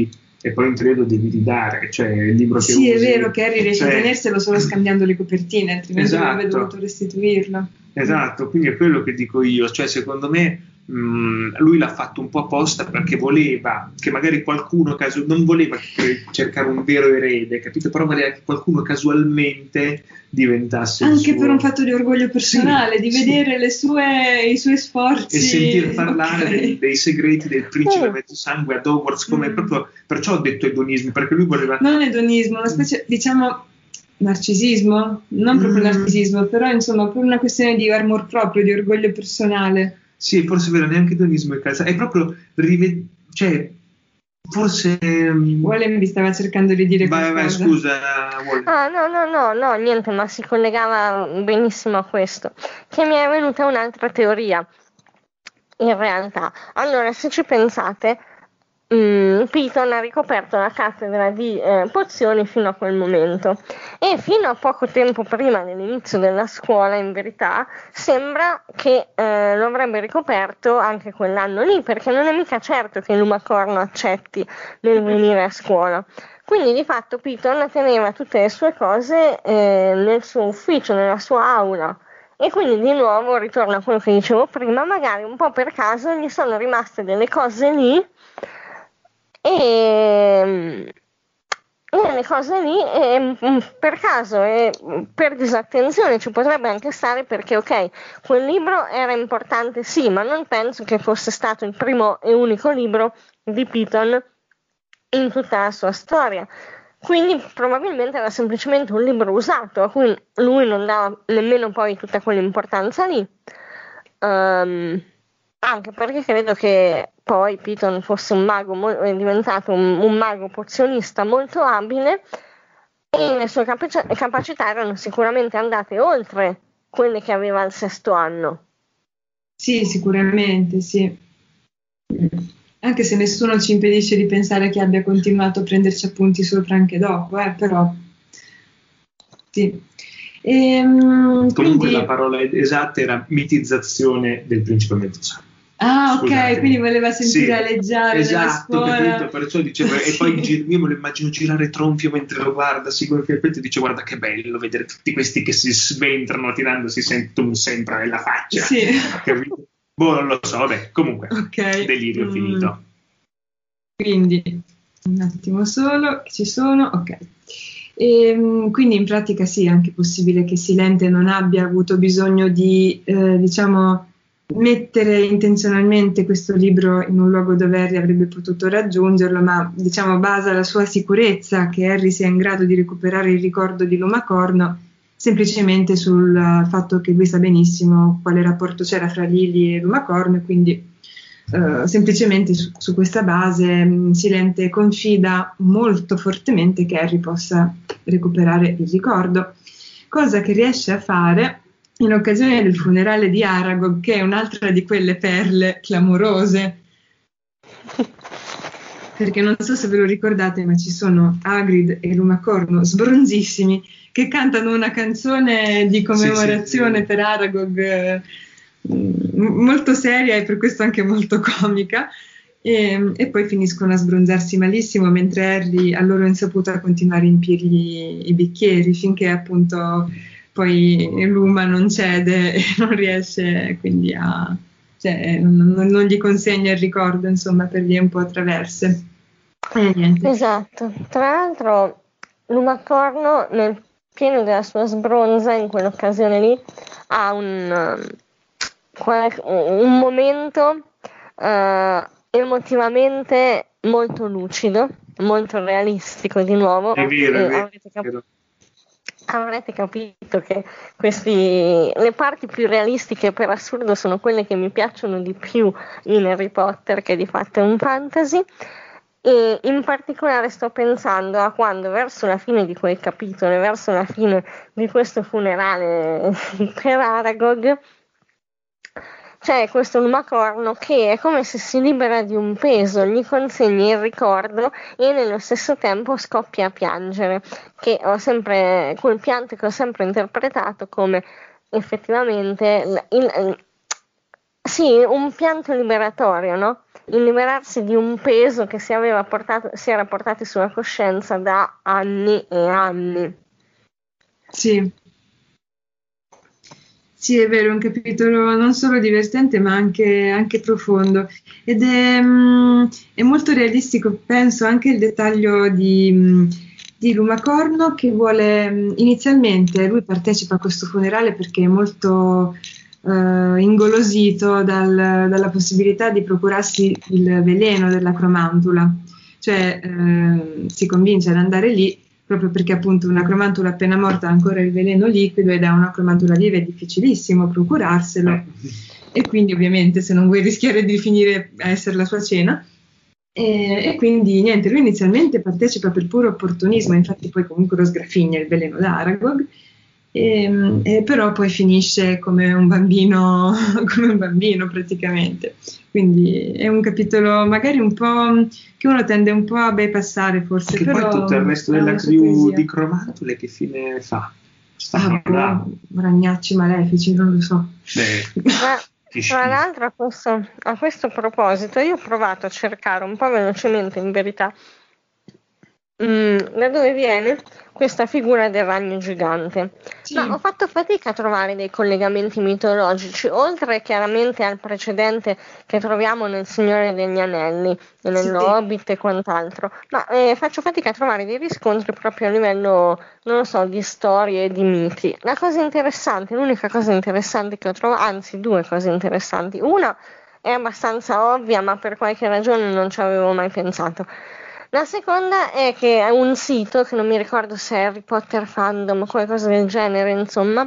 e poi in teoria lo devi ridare, cioè il libro che sì, usi, è vero che Harry riesce cioè... a tenerselo solo scambiando le copertine, altrimenti esatto. avrebbe dovuto restituirlo. Esatto, quindi è quello che dico io, cioè secondo me mh, lui l'ha fatto un po' apposta perché voleva che magari qualcuno, caso, non voleva cercare un vero erede, capito? Però voleva che qualcuno casualmente diventasse anche il suo... per un fatto di orgoglio personale, sì, di sì. vedere le sue, i suoi sforzi e sentir parlare okay. del, dei segreti del principe mezzosangue ad Hogwarts, come mm. proprio, perciò ho detto edonismo, perché lui voleva... non edonismo, una specie, diciamo, narcisismo, non proprio mm. narcisismo, però insomma per una questione di amor proprio, di orgoglio personale. Sì, forse è vero, neanche edonismo è casa, è proprio rive- cioè forse Wallen vi stava cercando di dire vai, qualcosa. vai, scusa Wallen. Ah, no, no, no, no, niente, ma si collegava benissimo a questo, che mi è venuta un'altra teoria, in realtà. Allora, se ci pensate, mh, Piton ha ricoperto la cattedra di eh, pozioni fino a quel momento, e fino a poco tempo prima dell'inizio della scuola, in verità, sembra che eh, lo avrebbe ricoperto anche quell'anno lì, perché non è mica certo che Lumacorno accetti nel venire a scuola. Quindi di fatto Piton teneva tutte le sue cose eh, nel suo ufficio, nella sua aula, e quindi di nuovo ritorno a quello che dicevo prima, magari un po' per caso gli sono rimaste delle cose lì e le cose lì e, per caso e per disattenzione ci potrebbe anche stare, perché ok, quel libro era importante sì, ma non penso che fosse stato il primo e unico libro di Piton in tutta la sua storia, quindi probabilmente era semplicemente un libro usato a cui lui non dava nemmeno poi tutta quell'importanza lì, um, anche perché credo che poi Piton fosse un mago, è diventato un, un mago pozionista molto abile, e le sue capac- capacità erano sicuramente andate oltre quelle che aveva al sesto anno. Sì, sicuramente, sì. Anche se nessuno ci impedisce di pensare che abbia continuato a prenderci appunti sopra anche dopo, eh, però sì. Ehm, Comunque quindi... la parola esatta era mitizzazione del principe mezzosangue. Ah, Scusate. ok, quindi voleva sentire sì, aleggiare esatto, nella scuola. capito? Perciò dicevo, sì. E poi gir- io me lo immagino girare tronfio mentre lo guarda, si gonfia il petto e dice guarda che bello vedere tutti questi che si sventrano tirandosi sem- sempre nella faccia. Sì. Capito? Boh, non lo so, vabbè, comunque, okay. delirio mm. finito. Quindi, un attimo solo, ci sono, ok. E, quindi in pratica sì, è anche possibile che Silente non abbia avuto bisogno di, eh, diciamo, mettere intenzionalmente questo libro in un luogo dove Harry avrebbe potuto raggiungerlo, ma diciamo basa la sua sicurezza che Harry sia in grado di recuperare il ricordo di Lumacorno semplicemente sul fatto che lui sa benissimo quale rapporto c'era fra Lily e Lumacorno, e quindi Uh, semplicemente su, su questa base mh, Silente confida molto fortemente che Harry possa recuperare il ricordo, cosa che riesce a fare in occasione del funerale di Aragog, che è un'altra di quelle perle clamorose, perché non so se ve lo ricordate, ma ci sono Hagrid e Lumacorno sbronzissimi che cantano una canzone di commemorazione sì, sì, sì. per Aragog eh, molto seria e per questo anche molto comica, e, e poi finiscono a sbronzarsi malissimo mentre Harry a loro insaputa continua a riempirgli i bicchieri finché appunto poi Luma non cede e non riesce quindi a cioè non, non gli consegna il ricordo, insomma, per vie un po' attraverse e niente. Esatto, tra l'altro Lumacorno nel pieno della sua sbronza in quell'occasione lì ha un un momento uh, emotivamente molto lucido, molto realistico di nuovo. È vero, è vero. Avrete, cap- avrete capito che questi, le parti più realistiche per assurdo sono quelle che mi piacciono di più in Harry Potter, che di fatto è un fantasy. E in particolare sto pensando a quando verso la fine di quel capitolo, verso la fine di questo funerale per Aragog, c'è questo Lumacorno che è come se si libera di un peso, gli consegna il ricordo e nello stesso tempo scoppia a piangere, che ho sempre, quel pianto che ho sempre interpretato come effettivamente il, il, sì, un pianto liberatorio, no? il liberarsi di un peso che si, aveva portato, si era portati sulla coscienza da anni e anni. Sì. Sì, è vero, è un capitolo non solo divertente ma anche, anche profondo ed è, mh, è molto realistico, penso, anche il dettaglio di, mh, di Lumacorno che vuole, mh, inizialmente lui partecipa a questo funerale perché è molto uh, ingolosito dal, dalla possibilità di procurarsi il veleno della cromantula, cioè uh, si convince ad andare lì proprio perché appunto una cromantula appena morta ha ancora il veleno liquido ed è una cromantula viva è difficilissimo procurarselo e quindi ovviamente se non vuoi rischiare di finire a essere la sua cena e, e quindi niente, lui inizialmente partecipa per puro opportunismo, infatti poi comunque lo sgrafigna il veleno da Aragog e, e però poi finisce come un bambino come un bambino praticamente, quindi è un capitolo magari un po' che uno tende un po' a bypassare forse, che però poi tutto il resto della crew di Cromantule che fine fa? Ah, boh, ragnacci malefici, non lo so. Beh, Ma tra l'altro a questo, a questo proposito io ho provato a cercare un po' velocemente in verità Mm, da dove viene questa figura del ragno gigante? Sì. Ma ho fatto fatica a trovare dei collegamenti mitologici, oltre chiaramente al precedente che troviamo nel Signore degli Anelli, e nell'Hobbit e quant'altro, ma eh, faccio fatica a trovare dei riscontri proprio a livello, non lo so, di storie e di miti. La cosa interessante, l'unica cosa interessante che ho trovato, anzi due cose interessanti, una è abbastanza ovvia, ma per qualche ragione non ci avevo mai pensato. La seconda è che è un sito, che non mi ricordo se è Harry Potter Fandom o qualcosa del genere, insomma,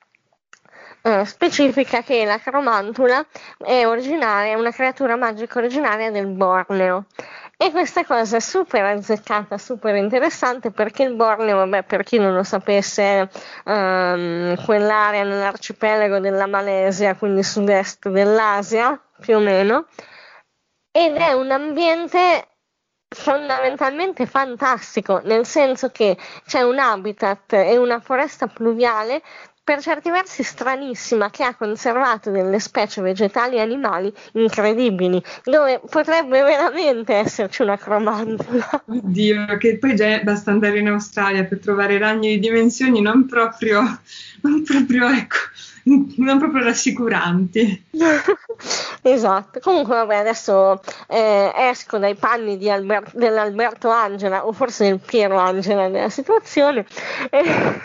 eh, specifica che la cromantula è originaria, è una creatura magica originaria del Borneo. E questa cosa è super azzeccata, super interessante, perché il Borneo, vabbè, per chi non lo sapesse, è um, quell'area nell'arcipelago della Malesia, quindi sud-est dell'Asia, più o meno, ed è un ambiente fondamentalmente fantastico, nel senso che c'è un habitat e una foresta pluviale per certi versi stranissima che ha conservato delle specie vegetali e animali incredibili, dove potrebbe veramente esserci una cromantula. Oddio, che poi già basta andare in Australia per trovare ragni di dimensioni non proprio, non proprio, ecco, non proprio rassicuranti. Esatto, comunque vabbè, adesso eh, esco dai panni di Albert, dell'Alberto Angela o forse del Piero Angela della situazione e,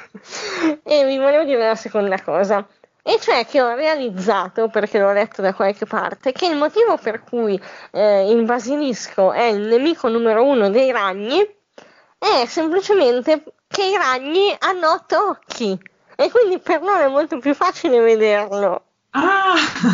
e vi volevo dire la seconda cosa, e cioè che ho realizzato, perché l'ho letto da qualche parte, che il motivo per cui eh, il basilisco è il nemico numero uno dei ragni è semplicemente che i ragni hanno otto occhi e quindi per loro è molto più facile vederlo. Ah!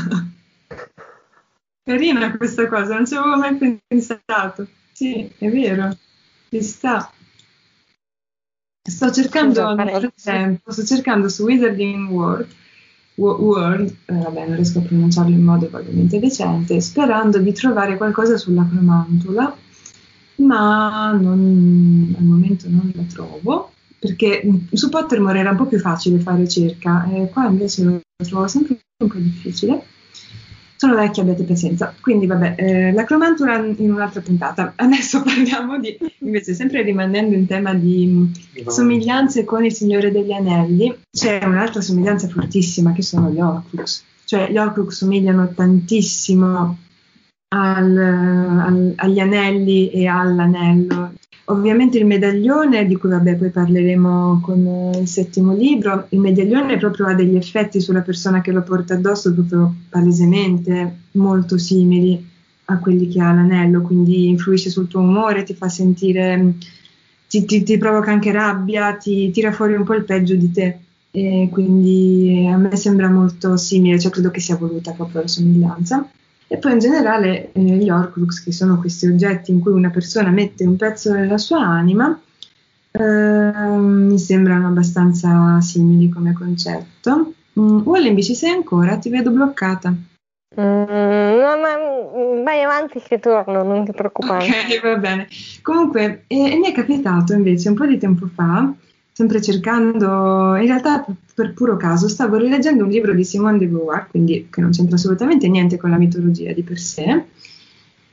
Carina questa cosa, non ci avevo mai pensato. Sì, è vero, ci sta. Sto cercando Scusa, nel frattempo, sto cercando su Wizarding World, World eh, vabbè, non riesco a pronunciarlo in modo vagamente decente, sperando di trovare qualcosa sulla cromantula, ma non, al momento non la trovo, perché su Pottermore era un po' più facile fare ricerca, e qua invece lo trovo sempre un po' difficile. Sono vecchia, abbiate pazienza. Quindi vabbè, eh, la cromantula in un'altra puntata. Adesso parliamo di, invece sempre rimanendo in tema di somiglianze con il Signore degli Anelli, c'è un'altra somiglianza fortissima che sono gli Horcrux. Cioè gli Horcrux somigliano tantissimo al, al, agli anelli e all'anello. Ovviamente il medaglione, di cui vabbè poi parleremo con il settimo libro, il medaglione proprio ha degli effetti sulla persona che lo porta addosso proprio palesemente molto simili a quelli che ha l'anello, quindi influisce sul tuo umore, ti fa sentire, ti, ti, ti provoca anche rabbia, ti tira fuori un po' il peggio di te, e quindi a me sembra molto simile, cioè credo che sia voluta proprio la somiglianza. E poi in generale eh, gli Horcrux, che sono questi oggetti in cui una persona mette un pezzo della sua anima, eh, mi sembrano abbastanza simili come concetto. Mm, Wallenby, ci sei ancora? Ti vedo bloccata. Mm, no, ma vai avanti che torno, non ti preoccupare. Ok, va bene. Comunque, eh, mi è capitato invece un po' di tempo fa, sempre cercando, in realtà per puro caso, stavo rileggendo un libro di Simone de Beauvoir, quindi che non c'entra assolutamente niente con la mitologia di per sé,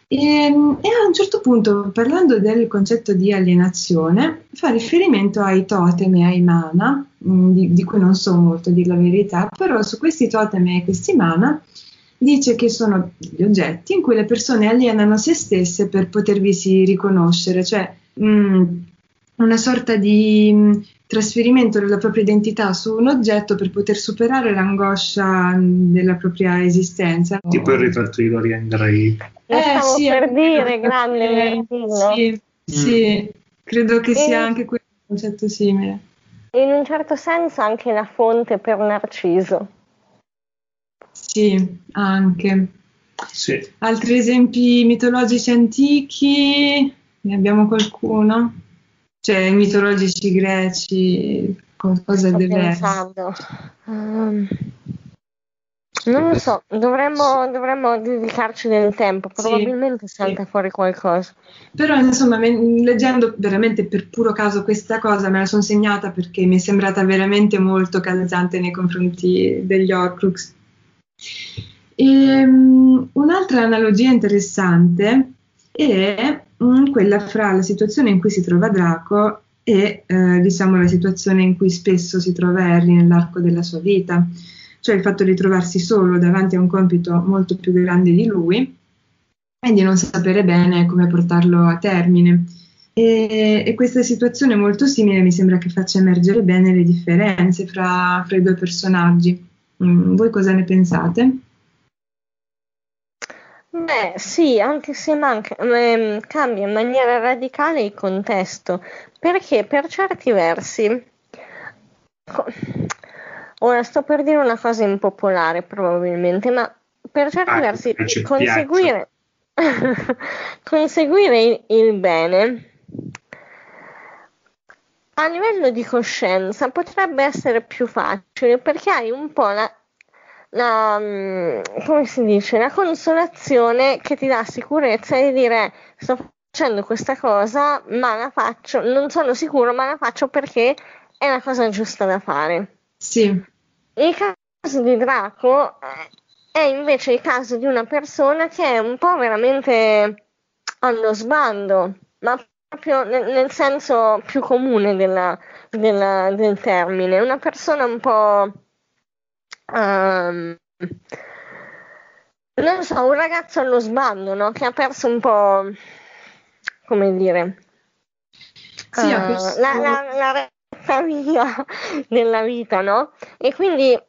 E, e a un certo punto, parlando del concetto di alienazione, fa riferimento ai totem e ai mana, mh, di, di cui non so molto, a dir la verità, però su questi totem e questi mana dice che sono degli oggetti in cui le persone alienano se stesse per potervisi riconoscere, cioè mh, una sorta di mh, trasferimento della propria identità su un oggetto per poter superare l'angoscia della propria esistenza. Tipo il ritratto di Dorian Gray. Lo stavo sì, per eh, dire, grande eh, Martino. sì, Mm. sì, credo che E- sia anche questo un concetto simile. In un certo senso anche la fonte per Narciso. Sì, anche. Sì. Altri esempi mitologici antichi, ne abbiamo qualcuno? Cioè, mitologici greci, qualcosa Sto deve essere. pensando. Ehm, non lo so, dovremmo, dovremmo dedicarci del tempo, Sì, probabilmente salta sì. fuori qualcosa. Però, insomma, me- leggendo veramente per puro caso questa cosa, me la sono segnata perché mi è sembrata veramente molto calzante nei confronti degli Horcrux. Ehm, un'altra analogia interessante è mm, quella fra la situazione in cui si trova Draco e eh, diciamo la situazione in cui spesso si trova Harry nell'arco della sua vita, cioè il fatto di trovarsi solo davanti a un compito molto più grande di lui e di non sapere bene come portarlo a termine. E, e questa situazione molto simile mi sembra che faccia emergere bene le differenze fra, fra i due personaggi. Mm, voi cosa ne pensate? Beh, sì, anche se manca, ehm, cambia in maniera radicale il contesto, perché per certi versi, co- ora sto per dire una cosa impopolare probabilmente, ma per certi Ah, versi ci conseguire, conseguire il, il bene a livello di coscienza potrebbe essere più facile perché hai un po' la, la, mm, come si dice, la consolazione che ti dà sicurezza di dire sto facendo questa cosa, ma la faccio, non sono sicuro, ma la faccio perché è la cosa giusta da fare. Sì, Il caso di Draco eh, è invece il caso di una persona che è un po' veramente allo sbando, ma proprio nel, nel senso più comune della, della, del termine, una persona un po' um, non so, un ragazzo allo sbando, no? Che ha perso un po', come dire, sì, ha uh, perso- la, la, la retta via della vita, no? E quindi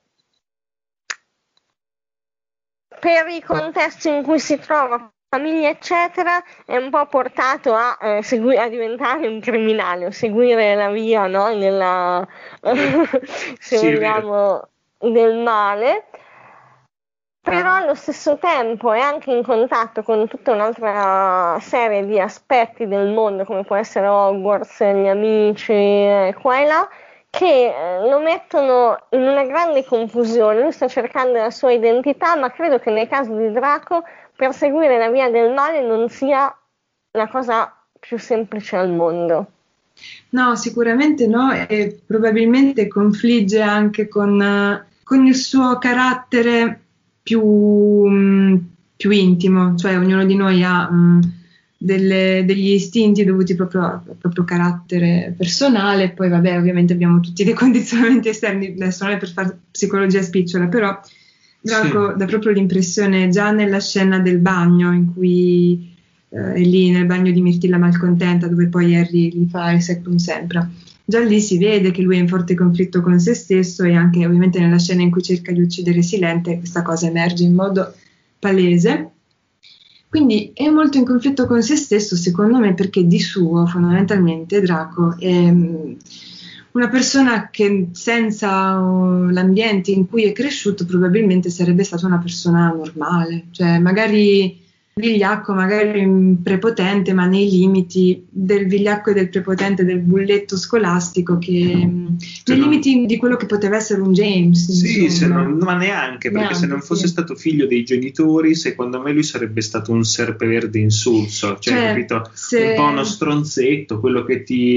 per i contesti in cui si trova, famiglia eccetera, è un po' portato a, eh, segui- a diventare un criminale, o seguire la via, no? Nella, se Sì, è vogliamo, del male. Però allo stesso tempo è anche in contatto con tutta un'altra serie di aspetti del mondo, come può essere Hogwarts, gli amici, eh, qua e là, che eh, lo mettono in una grande confusione. Lui sta cercando la sua identità, ma credo che nel caso di Draco perseguire la via del male non sia la cosa più semplice al mondo. No, sicuramente no, e probabilmente confligge anche con, eh, con il suo carattere più, mh, più intimo, cioè ognuno di noi ha mh, delle- degli istinti dovuti proprio al proprio carattere personale, poi vabbè, ovviamente abbiamo tutti dei condizionamenti esterni, adesso non è per fare psicologia spicciola, però Draco dà proprio l'impressione già nella scena del bagno in cui eh, è lì nel bagno di Mirtilla Malcontenta dove poi Harry gli fa il secum sempra. Già lì si vede che lui è in forte conflitto con se stesso e anche ovviamente nella scena in cui cerca di uccidere Silente questa cosa emerge in modo palese. Quindi è molto in conflitto con se stesso secondo me perché di suo fondamentalmente Draco è mh, una persona che senza uh, l'ambiente in cui è cresciuto probabilmente sarebbe stata una persona normale, cioè magari vigliacco, magari prepotente, ma nei limiti del vigliacco e del prepotente, del bulletto scolastico, che Se nei non- limiti di quello che poteva essere un James. Sì, se insomma. non- ma neanche, perché se Neanche, non fosse sì. stato figlio dei genitori, secondo me lui sarebbe stato un serpeverde insulso, cioè, Cioè, capito? se- Un po' uno stronzetto, quello che ti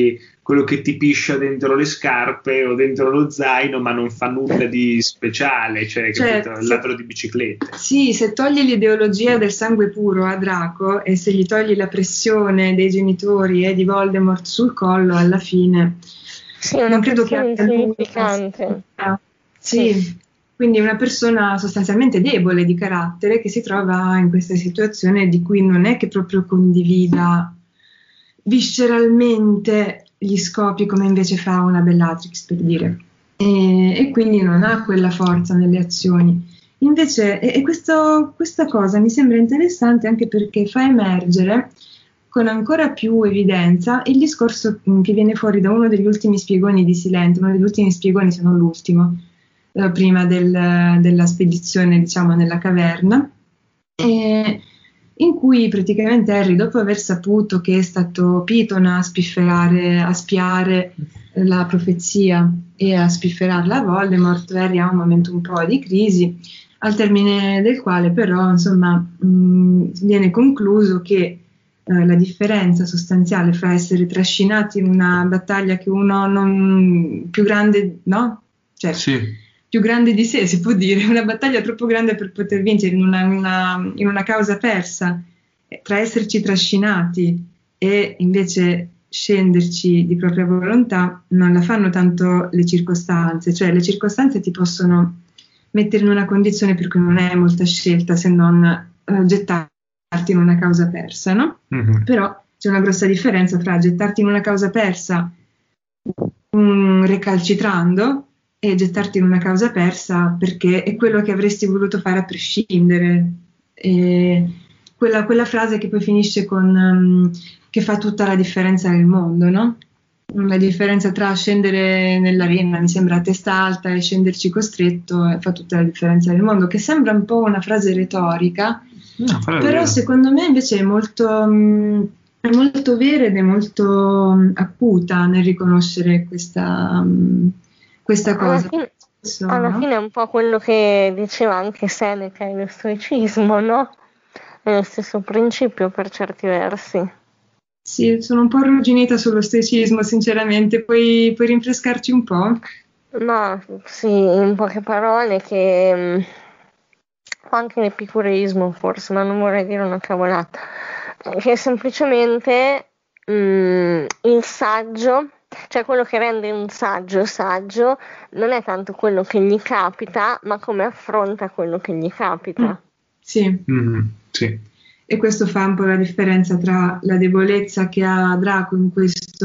quello che ti piscia dentro le scarpe o dentro lo zaino, ma non fa nulla di speciale, cioè, cioè capito? Il ladro di biciclette. Sì, se togli l'ideologia del sangue puro a Draco e se gli togli la pressione dei genitori e di Voldemort sul collo, alla fine sì, una non credo che abbia insignificante. Sì. sì, quindi una persona sostanzialmente debole di carattere che si trova in questa situazione di cui non è che proprio condivida visceralmente gli scopi come invece fa una Bellatrix, per dire, e, e quindi non ha quella forza nelle azioni. Invece, e, e questo, questa cosa mi sembra interessante anche perché fa emergere con ancora più evidenza il discorso che viene fuori da uno degli ultimi spiegoni di Silente, uno degli ultimi spiegoni, se non l'ultimo, eh, prima del, della spedizione, diciamo, nella caverna, e, in cui praticamente Harry, dopo aver saputo che è stato Piton a spifferare, a spiare la profezia e a spifferarla a Voldemort, Harry ha un momento un po' di crisi, al termine del quale però insomma mh, viene concluso che eh, la differenza sostanziale fra essere trascinati in una battaglia che uno non più grande, no? Cioè, sì. più grande di sé, si può dire, una battaglia troppo grande per poter vincere in una, una, in una causa persa, tra esserci trascinati e invece scenderci di propria volontà, non la fanno tanto le circostanze, cioè le circostanze ti possono mettere in una condizione per cui non hai molta scelta se non eh, gettarti in una causa persa, no? Mm-hmm. Però c'è una grossa differenza tra gettarti in una causa persa um, recalcitrando e gettarti in una causa persa perché è quello che avresti voluto fare a prescindere. E quella, quella frase che poi finisce con um, che fa tutta la differenza nel mondo, no? La differenza tra scendere nell'arena, mi sembra, a testa alta e scenderci costretto eh, fa tutta la differenza nel mondo, che sembra un po' una frase retorica, no, però vero. Secondo me invece è molto, um, è molto vera ed è molto um, acuta nel riconoscere questa, um, questa cosa. Alla fine, so, alla no? fine è un po' quello che diceva anche Seneca nello stoicismo, no? È lo stesso principio per certi versi. Sì, sono un po' arrugginita sullo stoicismo, sinceramente. Puoi, puoi rinfrescarci un po'? Ma sì, in poche parole che mh, anche l'epicureismo forse, ma non vorrei dire una cavolata, che semplicemente mh, il saggio, cioè quello che rende un saggio saggio, non è tanto quello che gli capita, ma come affronta quello che gli capita. Mm, sì. Mm, sì. E questo fa un po' la differenza tra la debolezza che ha Draco in questo,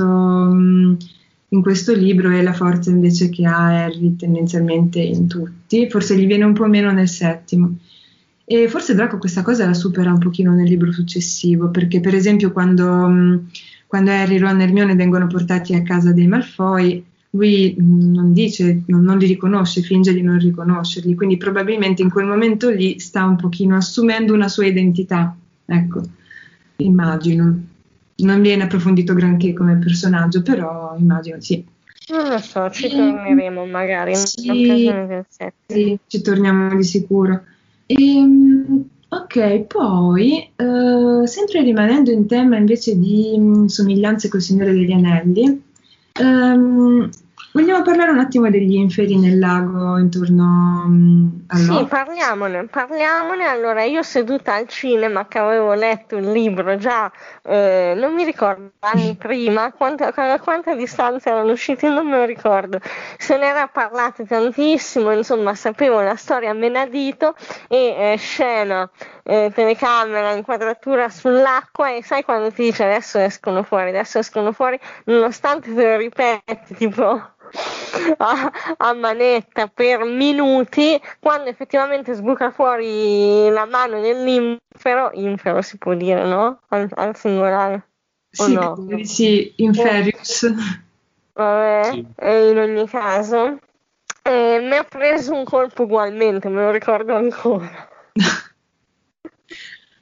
in questo libro e la forza invece che ha Harry tendenzialmente in tutti. Forse gli viene un po' meno nel settimo. E forse Draco questa cosa la supera un pochino nel libro successivo, perché per esempio quando, quando Harry, Ron e Hermione vengono portati a casa dei Malfoy, lui non dice, non, non li riconosce, finge di non riconoscerli, quindi probabilmente in quel momento lì sta un pochino assumendo una sua identità. Ecco, immagino. Non viene approfondito granché come personaggio, però immagino sì. Non lo so, ci torneremo magari in sì, occasione del set. Sì, ci torniamo di sicuro. E, ok, poi, eh, sempre rimanendo in tema invece di mh, somiglianze col Signore degli Anelli, ehm, vogliamo parlare un attimo degli inferi nel lago intorno um, all'O? Sì, parliamone, parliamone. Allora, io seduta al cinema che avevo letto il libro già, eh, non mi ricordo, anni prima, quanta, quanta distanza erano usciti, non me lo ricordo. Se ne era parlato tantissimo, insomma, sapevo la storia a menadito e eh, scena, eh, telecamera, inquadratura sull'acqua e sai quando ti dice adesso escono fuori, adesso escono fuori, nonostante te lo ripeti, tipo... A, a manetta per minuti, quando effettivamente sbuca fuori la mano dell'infero, infero si può dire, no? Al, al singolare. Sì, o no? Sì, Inferius. Eh, vabbè, sì. E in ogni caso eh, mi ha preso un colpo ugualmente, me lo ricordo ancora.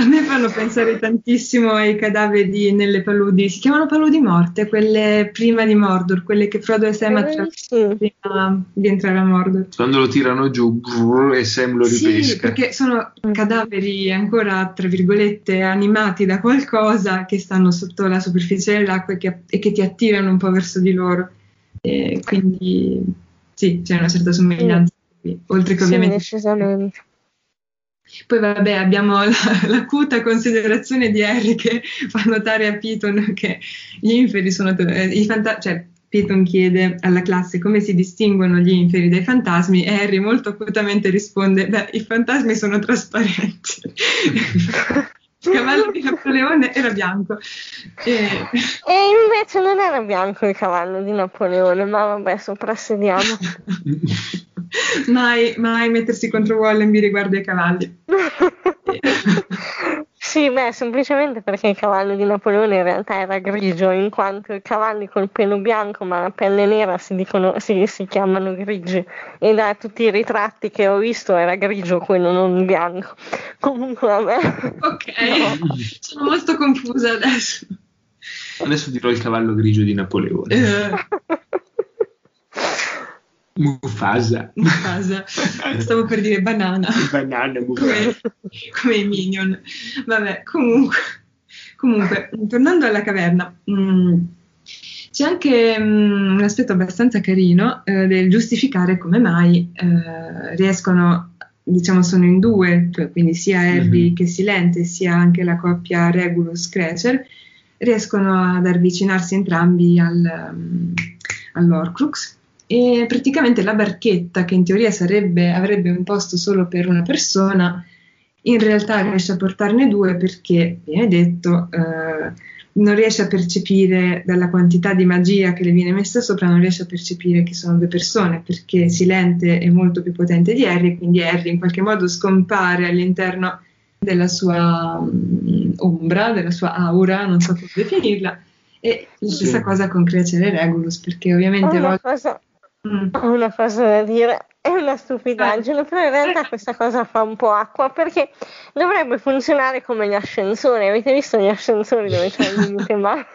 A me fanno pensare tantissimo ai cadaveri nelle paludi, si chiamano paludi morte, quelle prima di Mordor, quelle che Frodo e Sam attraversano prima di entrare a Mordor. Quando lo tirano giù brrr, e Sam lo ripesca. Sì, perché sono cadaveri ancora, tra virgolette, animati da qualcosa che stanno sotto la superficie dell'acqua e che, e che ti attirano un po' verso di loro. E quindi sì, c'è una certa somiglianza qui, oltre che ovviamente... Sì, decisamente. Poi vabbè, abbiamo la, l'acuta considerazione di Harry che fa notare a Piton che gli inferi sono eh, i fanta- cioè Piton chiede alla classe come si distinguono gli inferi dai fantasmi e Harry molto acutamente risponde: beh, i fantasmi sono trasparenti. Il cavallo di Napoleone era bianco e... e invece non era bianco il cavallo di Napoleone, ma vabbè, soprassediamo. mai, mai mettersi contro Wallenby riguardo ai cavalli. Sì, beh, semplicemente perché il cavallo di Napoleone in realtà era grigio, in quanto i cavalli col pelo bianco ma la pelle nera si, dicono, si, si chiamano grigi, e da tutti i ritratti che ho visto era grigio quello, non bianco. Comunque vabbè. Ok, no. Sono molto confusa adesso. Adesso dirò il cavallo grigio di Napoleone. Uh. Mufasa. Mufasa. Stavo per dire banana. Banana, Mufasa. Come, come i Minion. Vabbè, comunque, comunque tornando alla caverna, mh, c'è anche mh, un aspetto abbastanza carino eh, del giustificare come mai eh, riescono, diciamo sono in due, cioè, quindi sia Harry mm-hmm. che Silente, sia anche la coppia Regulus-Kreacher, riescono ad avvicinarsi entrambi al, um, all'Horcrux. E praticamente la barchetta, che in teoria sarebbe, avrebbe un posto solo per una persona, in realtà riesce a portarne due perché, viene detto, eh, non riesce a percepire dalla quantità di magia che le viene messa sopra, non riesce a percepire che sono due persone, perché Silente è molto più potente di Harry, quindi Harry in qualche modo scompare all'interno della sua um, ombra, della sua aura, non so come definirla, e la sì. stessa cosa con Kreacher e Regulus, perché ovviamente... Una cosa... Mm. Ho una cosa da dire, è una stupidaggine, eh. però in realtà questa cosa fa un po' acqua, perché dovrebbe funzionare come gli ascensori. Avete visto gli ascensori dove c'è il limite ma-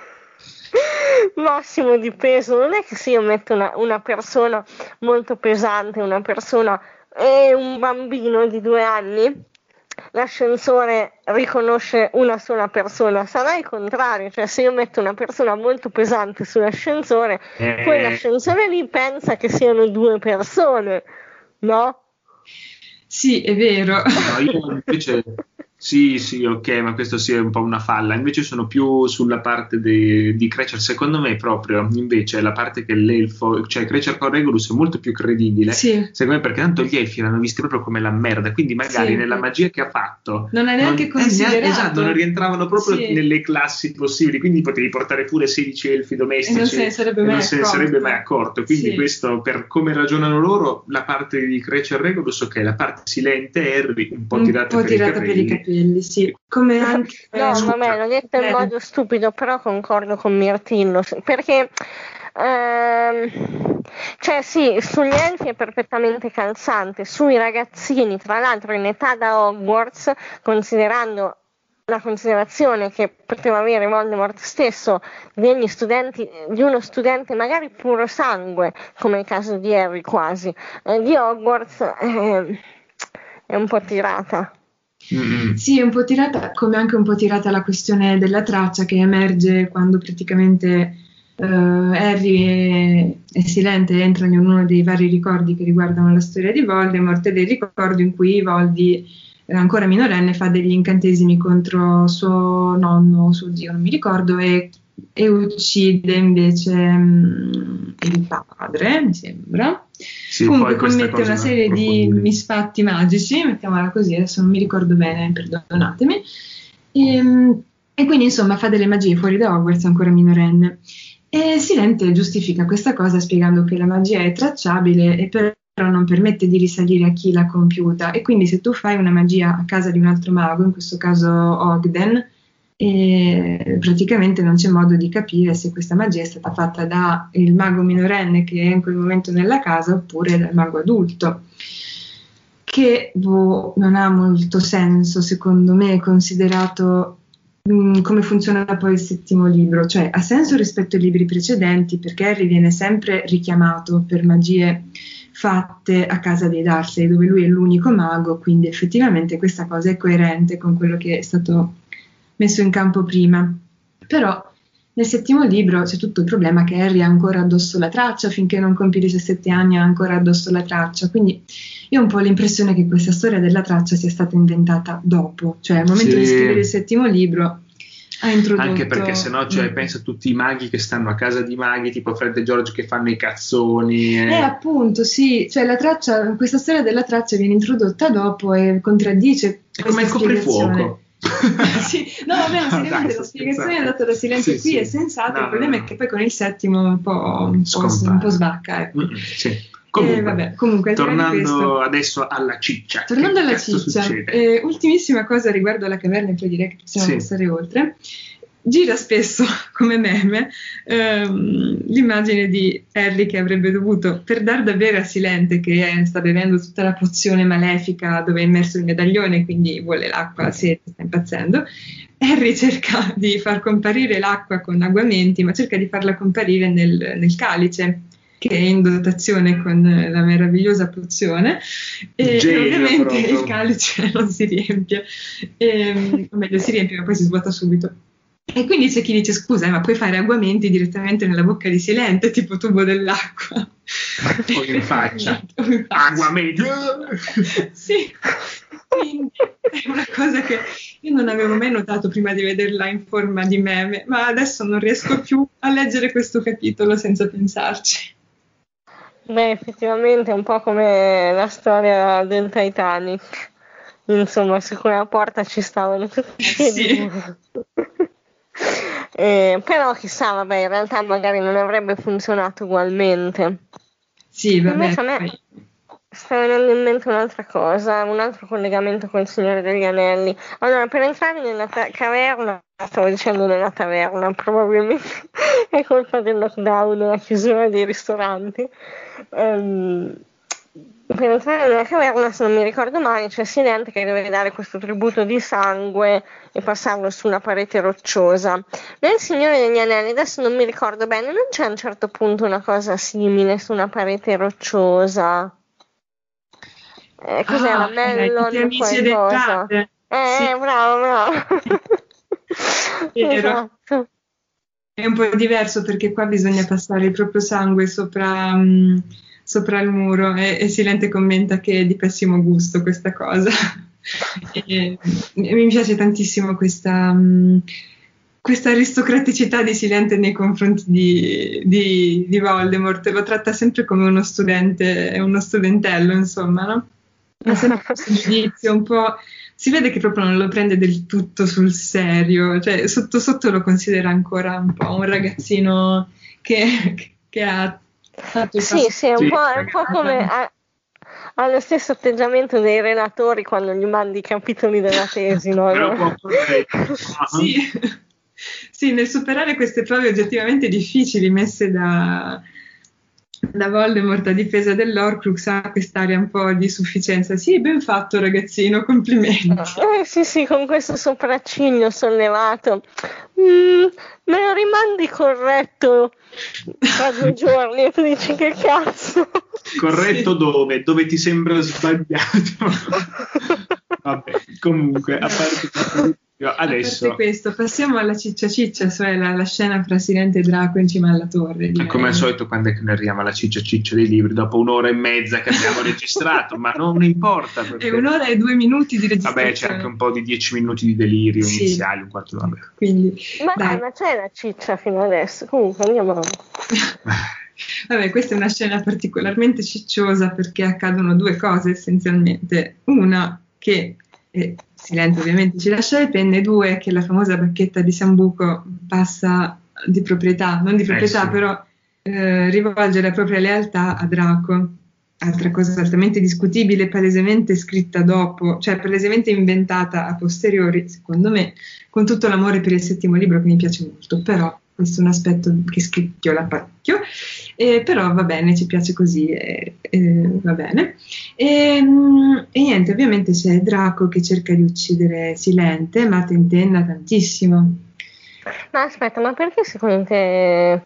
massimo di peso? Non è che se io metto una, una persona molto pesante, una persona e un bambino di due anni, l'ascensore riconosce una sola persona, sarà il contrario, cioè se io metto una persona molto pesante sull'ascensore, eh. quell'ascensore lì pensa che siano due persone, no? Sì, è vero. No, io invece sì, sì, ok, ma questo sì è un po' una falla. Invece sono più sulla parte de, di Kreacher, secondo me proprio, invece la parte che l'elfo, cioè Kreacher con Regulus è molto più credibile, sì. secondo me, perché tanto gli elfi l'hanno visti proprio come la merda, quindi magari sì. nella magia che ha fatto non è neanche non, considerato. Eh, neanche, esatto, non rientravano proprio sì. nelle classi possibili, quindi potevi portare pure sedici elfi domestici e non se ne sarebbe, e mai, non se ne accorto. sarebbe mai accorto, quindi sì. questo, per come ragionano loro, la parte di Kreacher Regulus, ok, la parte Silente Harry un po' un tirata, po' per, tirata i per i capelli, sì. Come anche, no, eh, vabbè, l'ho detto in modo stupido, però concordo con Mirtillo, perché ehm, cioè sì, sugli elfi è perfettamente calzante, sui ragazzini, tra l'altro in età da Hogwarts, considerando la considerazione che poteva avere Voldemort stesso degli studenti, di uno studente magari puro sangue, come il caso di Harry quasi, eh, di Hogwarts, eh, è un po' tirata. Mm-hmm. Sì, è un po' tirata, come anche un po' tirata la questione della traccia che emerge quando praticamente uh, Harry e, e Silente entrano in uno dei vari ricordi che riguardano la storia di Voldemort, ed è il ricordo in cui Voldy, eh, ancora minorenne, fa degli incantesimi contro suo nonno o suo zio, non mi ricordo, e, e uccide invece um, il padre, mi sembra. Sì, comunque commette una serie di misfatti magici, mettiamola così, adesso non mi ricordo bene, perdonatemi, e, e quindi insomma fa delle magie fuori da Hogwarts ancora minorenne, e Silente giustifica questa cosa spiegando che la magia è tracciabile e però non permette di risalire a chi l'ha compiuta, e quindi se tu fai una magia a casa di un altro mago, in questo caso Ogden, e praticamente non c'è modo di capire se questa magia è stata fatta da il mago minorenne che è in quel momento nella casa oppure dal mago adulto, che boh, non ha molto senso secondo me, considerato mh, come funziona poi il settimo libro. Cioè ha senso rispetto ai libri precedenti, perché Harry viene sempre richiamato per magie fatte a casa dei Dursley, dove lui è l'unico mago, quindi effettivamente questa cosa è coerente con quello che è stato messo in campo prima. Però nel settimo libro c'è tutto il problema che Harry ha ancora addosso la traccia, finché non compie diciassette anni ha ancora addosso la traccia, quindi io ho un po' l'impressione che questa storia della traccia sia stata inventata dopo, cioè al momento sì. di scrivere il settimo libro ha introdotto... Anche perché sennò, cioè, pensa a tutti i maghi che stanno a casa di maghi, tipo Fred e George che fanno i cazzoni. Eh, eh appunto, sì, cioè la traccia, questa storia della traccia viene introdotta dopo e contraddice è come il coprifuoco. Sì, no vabbè, ma seriamente la spiegazione data da Silente sì, qui sì. è sensata, no, il problema no, no. è che poi con il settimo un po', un po', un po' svacca, ecco. Mm, sì. Comunque, eh, vabbè, comunque tornando adesso alla ciccia. Tornando alla ciccia, eh, ultimissima cosa riguardo alla caverna e poi direi che possiamo sì. passare oltre. Gira spesso come meme ehm, l'immagine di Harry che avrebbe dovuto, per dar da bere a Silente che è, sta bevendo tutta la pozione malefica dove è immerso il medaglione, quindi vuole l'acqua, si sta impazzendo. Harry cerca di far comparire l'acqua con aguamenti, ma cerca di farla comparire nel, nel calice che è in dotazione con la meravigliosa pozione e Genio, ovviamente proprio. Il calice non si riempie, e, o meglio si riempie ma poi si svuota subito. E quindi c'è chi dice scusa eh, ma puoi fare aguamenti direttamente nella bocca di Silente tipo tubo dell'acqua o in faccia aguamenti sì, quindi è una cosa che io non avevo mai notato prima di vederla in forma di meme, ma adesso non riesco più a leggere questo capitolo senza pensarci. Beh, effettivamente è un po' come la storia del Titanic, insomma su quella porta ci stavano tutti sì. Eh, però chissà, vabbè, in realtà magari non avrebbe funzionato ugualmente. Sì, vabbè. Invece a me sta venendo in mente un'altra cosa, un altro collegamento con il Signore degli Anelli. Allora, per entrare nella ta- caverna, stavo dicendo nella taverna, probabilmente è colpa del lockdown, la chiusura dei ristoranti. Um, per entrare nella caverna, se non mi ricordo male, c'è Silente che deve dare questo tributo di sangue e passarlo su una parete rocciosa. Nel Signore degli Anelli, adesso non mi ricordo bene, non c'è a un certo punto una cosa simile su una parete rocciosa? Eh, cos'è, ah, Mellon eh, qualcosa? Eh, sì. eh, bravo, bravo. Esatto. È un po' diverso perché qua bisogna passare il proprio sangue sopra... Um, sopra il muro e, e Silente commenta che è di pessimo gusto questa cosa e, e mi piace tantissimo questa, um, questa aristocraticità di Silente nei confronti di, di, di Voldemort. Lo tratta sempre come uno studente, uno studentello, insomma, no? Ha sempre questo giudizio un po', si vede che proprio non lo prende del tutto sul serio, cioè sotto sotto lo considera ancora un po' un ragazzino che, che ha sì, sì, è un, sì. Po', è un po' come ha, ha lo stesso atteggiamento dei relatori quando gli mandi i capitoli della tesi, no? sì. Sì, nel superare queste prove oggettivamente difficili messe da, da Voldemort a difesa dell'Horcrux ha quest'area un po' di sufficienza. Sì, ben fatto ragazzino, complimenti. Eh, sì, sì, con questo sopracciglio sollevato. Mm, me lo rimandi corretto tra due giorni e tu dici che cazzo. Corretto sì. dove? Dove ti sembra sbagliato. Vabbè, comunque, a parte adesso. A parte questo, passiamo alla ciccia ciccia, cioè la, la scena fra Silente e Draco in cima alla torre. Come al solito, quando è che ne arriviamo alla ciccia ciccia dei libri? Dopo un'ora e mezza che abbiamo registrato, ma non importa. Perché... È un'ora e due minuti di registrazione. Vabbè, c'è anche un po' di dieci minuti di delirio sì. iniziali, un quarto d'ora. Quindi, ma dai, ma c'è la ciccia fino adesso. Comunque andiamo avanti. Vabbè, questa è una scena particolarmente cicciosa perché accadono due cose essenzialmente. Una, che eh, Silente ovviamente ci lascia le penne, due, che la famosa bacchetta di Sambuco passa di proprietà, non di proprietà, eh sì. però eh, rivolge la propria lealtà a Draco. Altra cosa altamente discutibile, palesemente scritta dopo, cioè palesemente inventata a posteriori, secondo me, con tutto l'amore per il settimo libro che mi piace molto, però questo è un aspetto che scricchiola parecchio. Eh, però va bene, ci piace così, eh, eh, va bene. E, mm, e niente, ovviamente c'è Draco che cerca di uccidere Silente, ma tentenna tantissimo. Ma aspetta, ma perché secondo te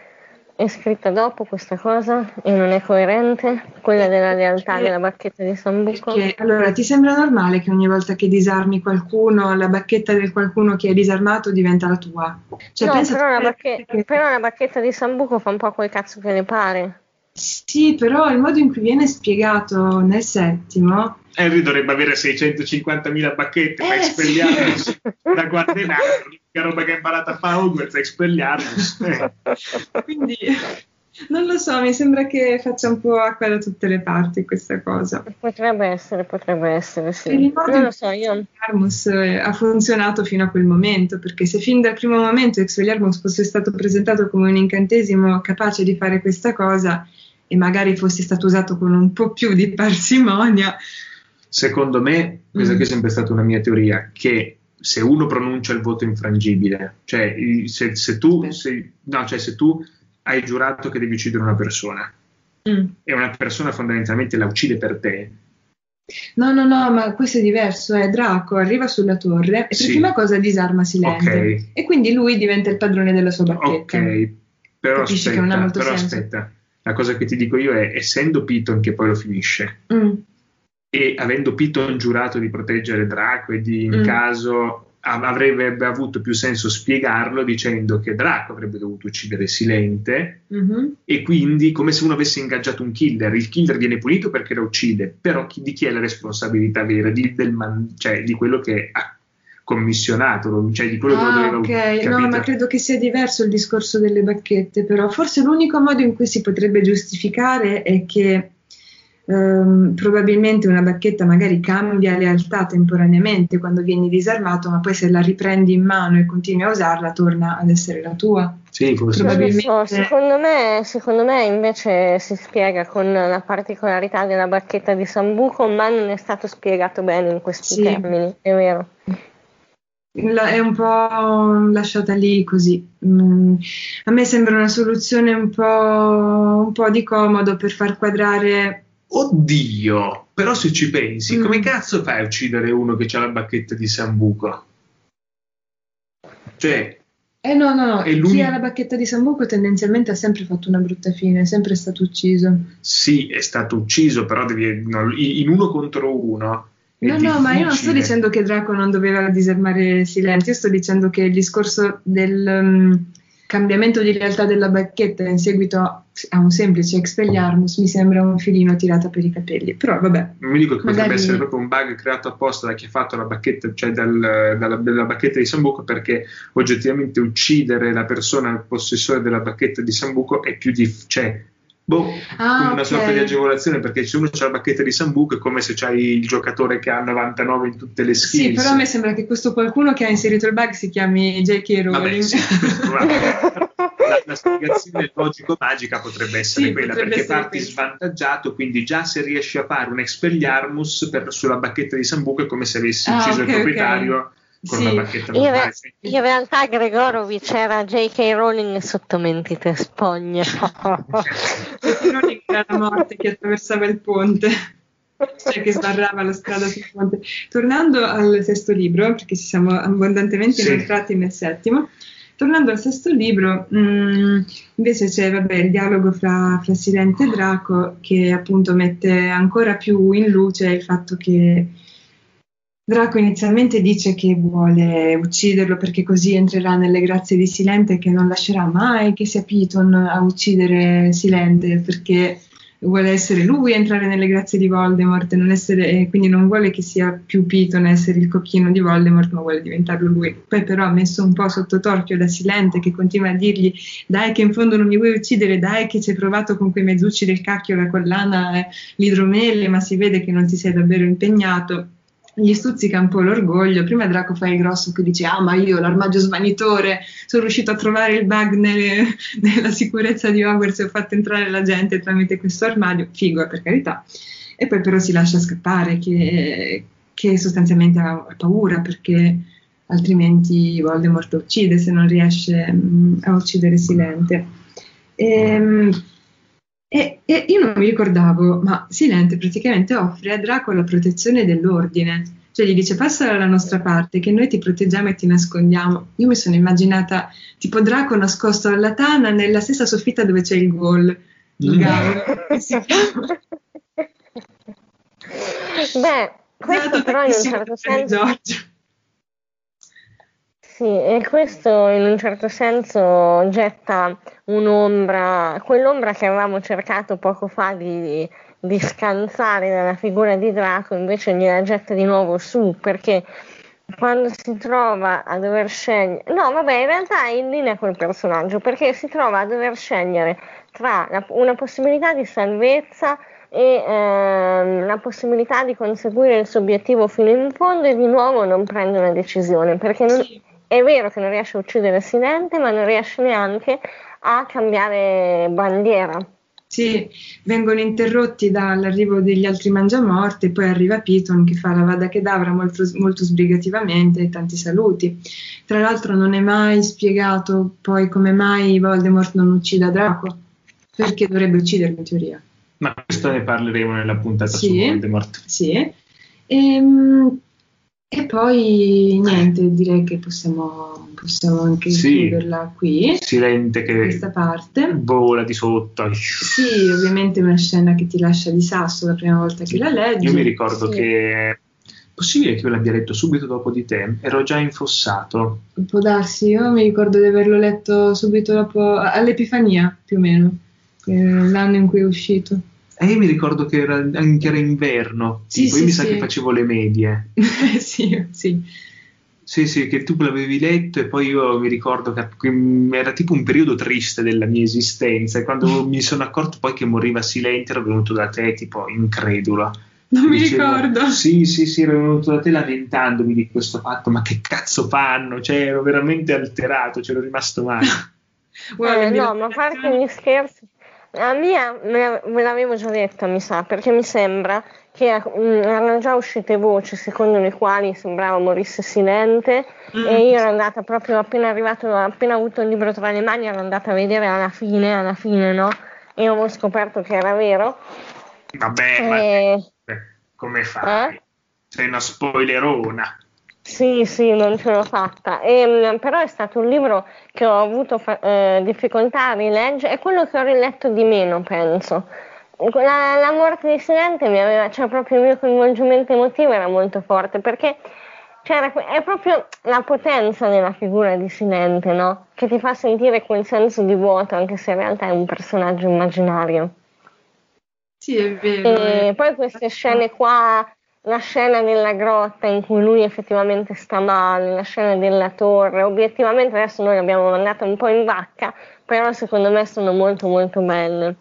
è scritta dopo questa cosa e non è coerente? Quella della lealtà Perché- della bacchetta di Sambuco? Perché, allora, ti sembra normale che ogni volta che disarmi qualcuno, la bacchetta del qualcuno che hai disarmato diventa la tua? Cioè, No, pensa però la, tu bacche- che- però la bacchetta di Sambuco fa un po' quel cazzo che le pare. Sì, però il modo in cui viene spiegato nel settimo... Henry dovrebbe avere seicentocinquantamila bacchette, fa Eh, Expelliarmus sì. da guardianato, l'unica roba che ha imparato a fare Hogwarts è Expelliarmus. Eh. Quindi, non lo so, mi sembra che faccia un po' acqua da tutte le parti questa cosa. Potrebbe essere, potrebbe essere, Per sì. il modo Non in lo so, io... cui Expelliarmus eh, ha funzionato fino a quel momento, perché se fin dal primo momento Expelliarmus fosse stato presentato come un incantesimo capace di fare questa cosa e magari fosse stato usato con un po' più di parsimonia... Secondo me, questa Mm. qui è sempre stata una mia teoria, che se uno pronuncia il voto infrangibile, cioè il- se, se tu Aspetta. se, no, cioè se tu hai giurato che devi uccidere una persona Mm. e una persona fondamentalmente la uccide per te, No, no, no, ma questo è diverso, è Draco arriva sulla torre e per Sì. prima cosa disarma Silente Ok. e quindi lui diventa il padrone della sua bacchetta. ok, però Capisci che non ha aspetta, molto però senso. aspetta, la cosa che ti dico io è, essendo Piton che poi lo finisce, Mm. e avendo Piton giurato di proteggere Draco e di in Mm. caso av- avrebbe avuto più senso spiegarlo dicendo che Draco avrebbe dovuto uccidere Silente Mhm. e quindi come se uno avesse ingaggiato un killer, il killer viene punito perché lo uccide, però chi, di chi è la responsabilità vera? Di, del man- cioè, di quello che ha commissionato, lo- cioè di quello che lo Ah, doveva ok, capito? no, ma credo che sia diverso il discorso delle bacchette, però forse l'unico modo in cui si potrebbe giustificare è che ehm, probabilmente una bacchetta magari cambia lealtà temporaneamente quando vieni disarmato, ma poi se la riprendi in mano e continui a usarla torna ad essere la tua. Sì, forse Non lo sì. so, secondo me, secondo me invece si spiega con la particolarità della bacchetta di Sambuco, ma non è stato spiegato bene in questi Sì. termini, è vero. La- è un po' lasciata lì così. Mm, a me sembra una soluzione un po', un po' di comodo per far quadrare. Oddio, però se ci pensi, Mm. come cazzo fai a uccidere uno che ha la bacchetta di Sambuco? Cioè, Eh no, no, no, È chi l'uni- ha la bacchetta di Sambuco tendenzialmente ha sempre fatto una brutta fine, è sempre stato ucciso. sì, è stato ucciso, però devi, no, in uno contro uno è No, no, ma io non sto difficile. dicendo che Draco non doveva disarmare Silente, io sto dicendo che il discorso del um, cambiamento di lealtà della bacchetta in seguito a un semplice Expelliarmus mi sembra un filino tirata per i capelli, però vabbè. Mi dico che potrebbe Magari- essere proprio un bug creato apposta da chi ha fatto la bacchetta, cioè dal- dalla, dalla bacchetta di Sambuco, perché oggettivamente uccidere la persona possessore della bacchetta di Sambuco è più difficile. Boh, Ah, come una ok. sorta di agevolazione, perché se uno ha la bacchetta di Sambuco è come se c'hai il giocatore che ha novantanove in tutte le skills. Sì, però a me sembra che questo qualcuno che ha inserito il bug si chiami J K Vabbè, Rowling. sì, questo va. la, la spiegazione logico-magica potrebbe essere Sì, quella, potrebbe perché essere parti questa. svantaggiato, quindi già se riesci a fare un Expelliarmus per, sulla bacchetta di Sambuco è come se avessi Ah, ucciso ok, il proprietario ok. con Sì. una bacchetta In, normale. re- in realtà Gregorovic era J K Rowling sotto mentite spogne. J K Rowling era la morte che attraversava il ponte, cioè che sbarrava la strada sul ponte. Tornando al sesto libro, perché ci siamo abbondantemente Sì. inoltrati nel settimo, tornando al sesto libro, mh, invece c'è vabbè, il dialogo fra, fra Silente e Draco che appunto mette ancora più in luce il fatto che Draco inizialmente dice che vuole ucciderlo perché così entrerà nelle grazie di Silente e che non lascerà mai che sia Piton a uccidere Silente perché vuole essere lui a entrare nelle grazie di Voldemort e non essere, e quindi non vuole che sia più Piton a essere il cocchino di Voldemort, ma vuole diventarlo lui. Poi però ha messo un po' sotto torchio da Silente che continua a dirgli dai che in fondo non mi vuoi uccidere, dai che ci hai provato con quei mezzucci del cacchio, la collana, eh, l'idromele, ma si vede che non ti sei davvero impegnato. Gli stuzzica un po' l'orgoglio. Prima Draco fa il grosso che dice ah ma io l'armaggio svanitore sono riuscito a trovare il bug nelle, nella sicurezza di Hogwarts e ho fatto entrare la gente tramite questo armadio, figo per carità, e poi però si lascia scappare che, che sostanzialmente ha, ha paura perché altrimenti Voldemort lo uccide se non riesce mh, a uccidere Silente. E, E, e io non mi ricordavo, ma Silente praticamente offre a Draco la protezione dell'ordine, cioè gli dice passa dalla nostra parte che noi ti proteggiamo e ti nascondiamo. Io mi sono immaginata tipo Draco nascosto alla tana nella stessa soffitta dove c'è il gol, il Mm. Gaul, che si chiama. Beh, questo però in un certo senso... Giorgio. Sì, e questo in un certo senso getta un'ombra, quell'ombra che avevamo cercato poco fa di, di scansare dalla figura di Draco, invece gliela getta di nuovo su, perché quando si trova a dover scegliere... No, vabbè, in realtà è in linea col personaggio, perché si trova a dover scegliere tra la- una possibilità di salvezza e ehm, la possibilità di conseguire il suo obiettivo fino in fondo e di nuovo non prende una decisione, perché non... Sì. È vero che non riesce a uccidere Silente, ma non riesce neanche a cambiare bandiera. Sì, vengono interrotti dall'arrivo degli altri mangiamorte, poi arriva Piton che fa la Vada Kedavra molto, molto sbrigativamente e tanti saluti. Tra l'altro non è mai spiegato poi come mai Voldemort non uccida Draco, perché dovrebbe ucciderlo in teoria. Ma questo ne parleremo nella puntata Sì, su Voldemort. Sì. Ehm, E poi niente, direi che possiamo, possiamo anche Sì. chiuderla qui, Silente che questa parte. vola di sotto. Sì, ovviamente è una scena che ti lascia di sasso la prima volta che la leggi. Io mi ricordo Sì. che è possibile che io l'abbia letto subito dopo di te, ero già infossato. Può darsi, io mi ricordo di averlo letto subito dopo, all'Epifania più o meno, eh, l'anno in cui è uscito. E io mi ricordo che era, anche era inverno, Sì, tipo, sì, io mi sì. sa che facevo le medie. Sì, sì. Sì, sì, che tu l'avevi letto e poi io mi ricordo che che era tipo un periodo triste della mia esistenza e quando mi sono accorto poi che moriva Silente ero venuto da te tipo incredulo. Non mi Dicevo, ricordo. Sì, sì, sì, ero venuto da te lamentandomi di questo fatto, ma che cazzo fanno? Cioè ero veramente alterato, c'ero rimasto male. Guarda, Eh, mi no, ma a parte gli scherzi, la mia me, ve l'avevo già detta, mi sa, perché mi sembra che mm, erano già uscite voci secondo le quali sembrava morisse Silente Mm. e io ero andata proprio appena arrivato, appena avuto il libro tra le mani, ero andata a vedere alla fine, alla fine, no? E avevo scoperto che era vero. Vabbè, ma E... eh, come fai? Eh? Sei una spoilerona. Sì, sì, non ce l'ho fatta. E, però è stato un libro che ho avuto fa- eh, difficoltà a rileggere, è quello che ho riletto di meno, penso. La, la morte di Silente mi aveva, cioè proprio il mio coinvolgimento emotivo era molto forte, perché c'era, è proprio la potenza della figura di Silente, no? Che ti fa sentire quel senso di vuoto, anche se in realtà è un personaggio immaginario. Sì, è vero. E è- poi queste scene qua, la scena della grotta in cui lui effettivamente sta male, la scena della torre, obiettivamente adesso noi l'abbiamo mandata un po' in vacca, però secondo me sono molto molto belle.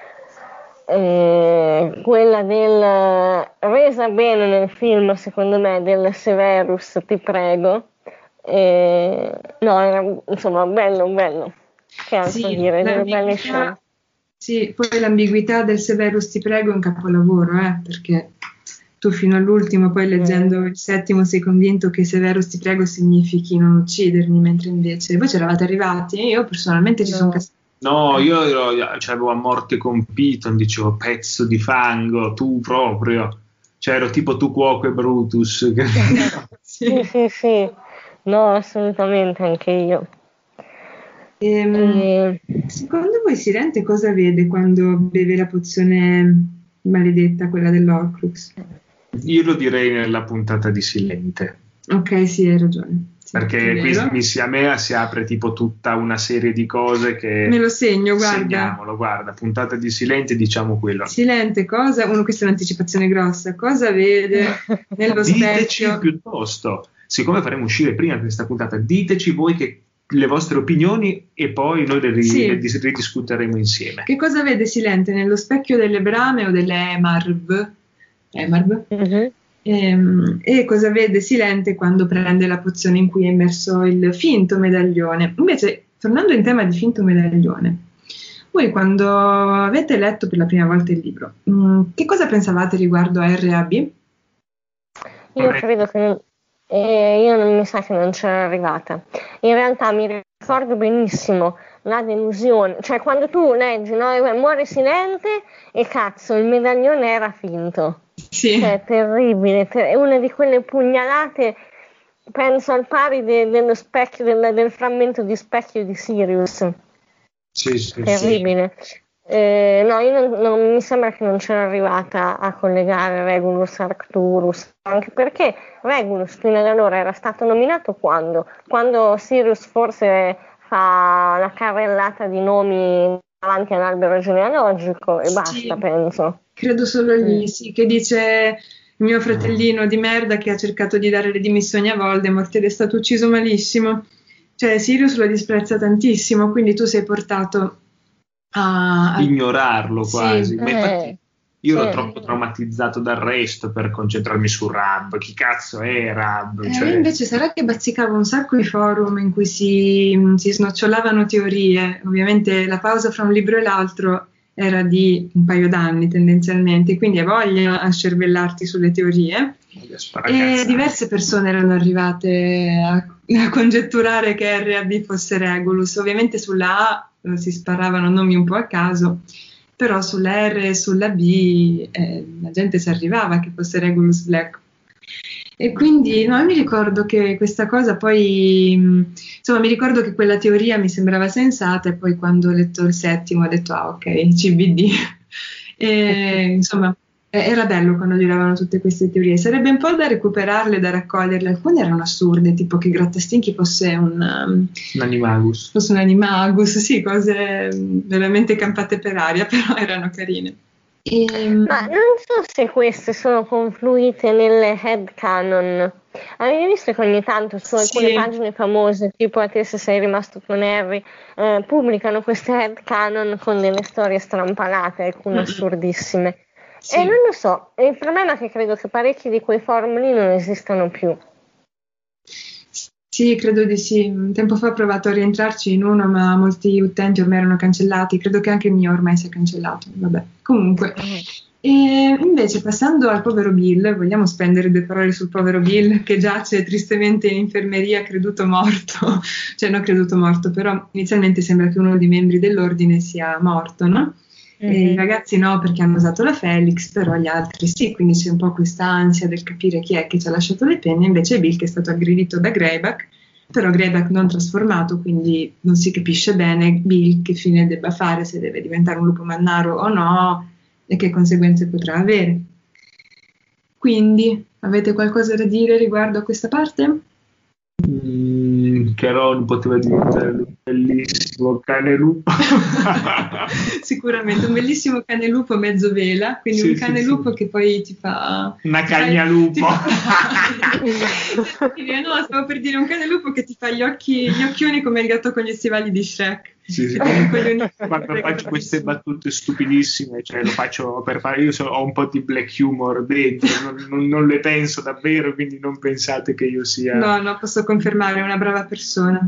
E quella del resa bene nel film, secondo me, del Severus, ti prego. E, no, era insomma bello, bello. Che altro Sì, dire, delle belle l'ambiguità, scene. sì, poi l'ambiguità del Severus ti prego è un capolavoro, eh, perché tu fino all'ultimo, poi leggendo il settimo, sei convinto che Severus ti prego significhi non uccidermi, mentre invece voi c'eravate arrivati e io personalmente ci No. sono cassato. No, io ero, cioè, avevo a morte con Piton, dicevo pezzo di fango, tu proprio. Cioè ero tipo tu cuoco e Brutus. che- Sì, sì, sì, no, assolutamente anche io. Ehm, E- Secondo voi Silente cosa vede quando beve la pozione maledetta, quella dell'Horcrux? Io lo direi nella puntata di Silente. Ok, sì, hai ragione. Sì, è Perché qui vero. mi si, a me si apre tipo tutta una serie di cose che Me lo segno, guarda. segniamolo, guarda, puntata di Silente, diciamo quello. Silente, cosa? Uno, questa è un'anticipazione grossa. Cosa vede nello Diteci specchio? piuttosto, siccome faremo uscire prima questa puntata, diteci voi che, le vostre opinioni e poi noi le, ri- Sì. le dis- ridiscuteremo insieme. Che cosa vede Silente nello specchio delle brame o delle Emarv? Emarv? Mhm. Ehm, e cosa vede Silente quando prende la pozione in cui è immerso il finto medaglione? Invece, tornando in tema di finto medaglione, voi quando avete letto per la prima volta il libro, mh, che cosa pensavate riguardo a R A B? Io Corretto. credo che non, eh, io non mi sa che non c'era arrivata. In realtà mi ricordo benissimo la delusione, cioè quando tu leggi, no, muore Silente e cazzo, il medaglione era finto. Sì. Cioè, terribile, ter- è una di quelle pugnalate, penso al pari de- dello specchio, del, del frammento di specchio di Sirius. Sì, sì, terribile. Sì. Eh, no, io non, non, mi sembra che non c'era arrivata a collegare Regulus Arcturus, anche perché Regulus fino ad allora era stato nominato quando? Quando Sirius forse fa una carrellata di nomi davanti all'albero genealogico e sì, basta, penso. Credo solo lì, mm. sì, che dice il mio fratellino di merda che ha cercato di dare le dimissioni a Voldemort ed è stato ucciso malissimo. Cioè Sirius lo disprezza tantissimo, quindi tu sei portato a... a... ignorarlo quasi. Sì. Ma infatti Eh. io sì. ero troppo traumatizzato dal resto per concentrarmi su Rab. Chi cazzo è Rab? Eh, cioè... invece sarà che bazzicavo un sacco i forum in cui si, si snocciolavano teorie. Ovviamente la pausa fra un libro e l'altro era di un paio d'anni tendenzialmente, quindi hai voglia a scervellarti sulle teorie. E diverse persone erano arrivate a, a congetturare che R A B fosse Regulus. Ovviamente sulla A eh, si sparavano nomi un po' a caso, però sulla R e sulla B eh, la gente si arrivava che fosse Regulus Black. E quindi no, mi ricordo che questa cosa poi, insomma, mi ricordo che quella teoria mi sembrava sensata e poi quando ho letto il settimo ho detto ah ok, C B D. E, insomma, era bello quando giravano tutte queste teorie. Sarebbe un po' da recuperarle, da raccoglierle. Alcune erano assurde, tipo che Grattastinchi fosse un, um, un animagus. Fosse un animagus, sì, cose veramente campate per aria, però erano carine. E, ma non so se queste sono confluite nelle headcanon. Avevi visto che ogni tanto su alcune sì. pagine famose, tipo A te se sei rimasto con Harry, eh, pubblicano queste headcanon con delle storie strampalate, alcune mm-hmm. assurdissime. Sì. E non lo so, il problema è che credo che parecchi di quei forum lì non esistano più. Sì, credo di sì. Un tempo fa ho provato a rientrarci in uno, ma molti utenti ormai erano cancellati. Credo che anche il mio ormai sia cancellato. Vabbè, comunque. E invece, passando al povero Bill, vogliamo spendere due parole sul povero Bill che giace tristemente in infermeria, creduto morto. Cioè, non creduto morto, però inizialmente sembra che uno dei membri dell'ordine sia morto, no? Mm-hmm. E i ragazzi no, perché hanno usato la Felix, però gli altri sì, quindi c'è un po' questa ansia del capire chi è che ci ha lasciato le penne. Invece Bill che è stato aggredito da Greyback, però Greyback non trasformato, quindi non si capisce bene Bill che fine debba fare, se deve diventare un lupo mannaro o no e che conseguenze potrà avere. Quindi avete qualcosa da dire riguardo a questa parte? Mm, che Ron poteva diventare un bellissimo cane lupo. Sicuramente un bellissimo cane lupo mezzo vela, quindi sì, un cane sì, lupo sì. Che poi ti fa una cagna lupo. Fa... no, stavo per dire un cane lupo che ti fa gli occhi, gli occhioni come il gatto con gli stivali di Shrek. Sì, sì. Quando faccio queste battute stupidissime, cioè lo faccio per fare, io so, ho un po' di black humor dentro, non, non, non le penso davvero, quindi non pensate che io sia... No, no, posso confermare, è una brava persona.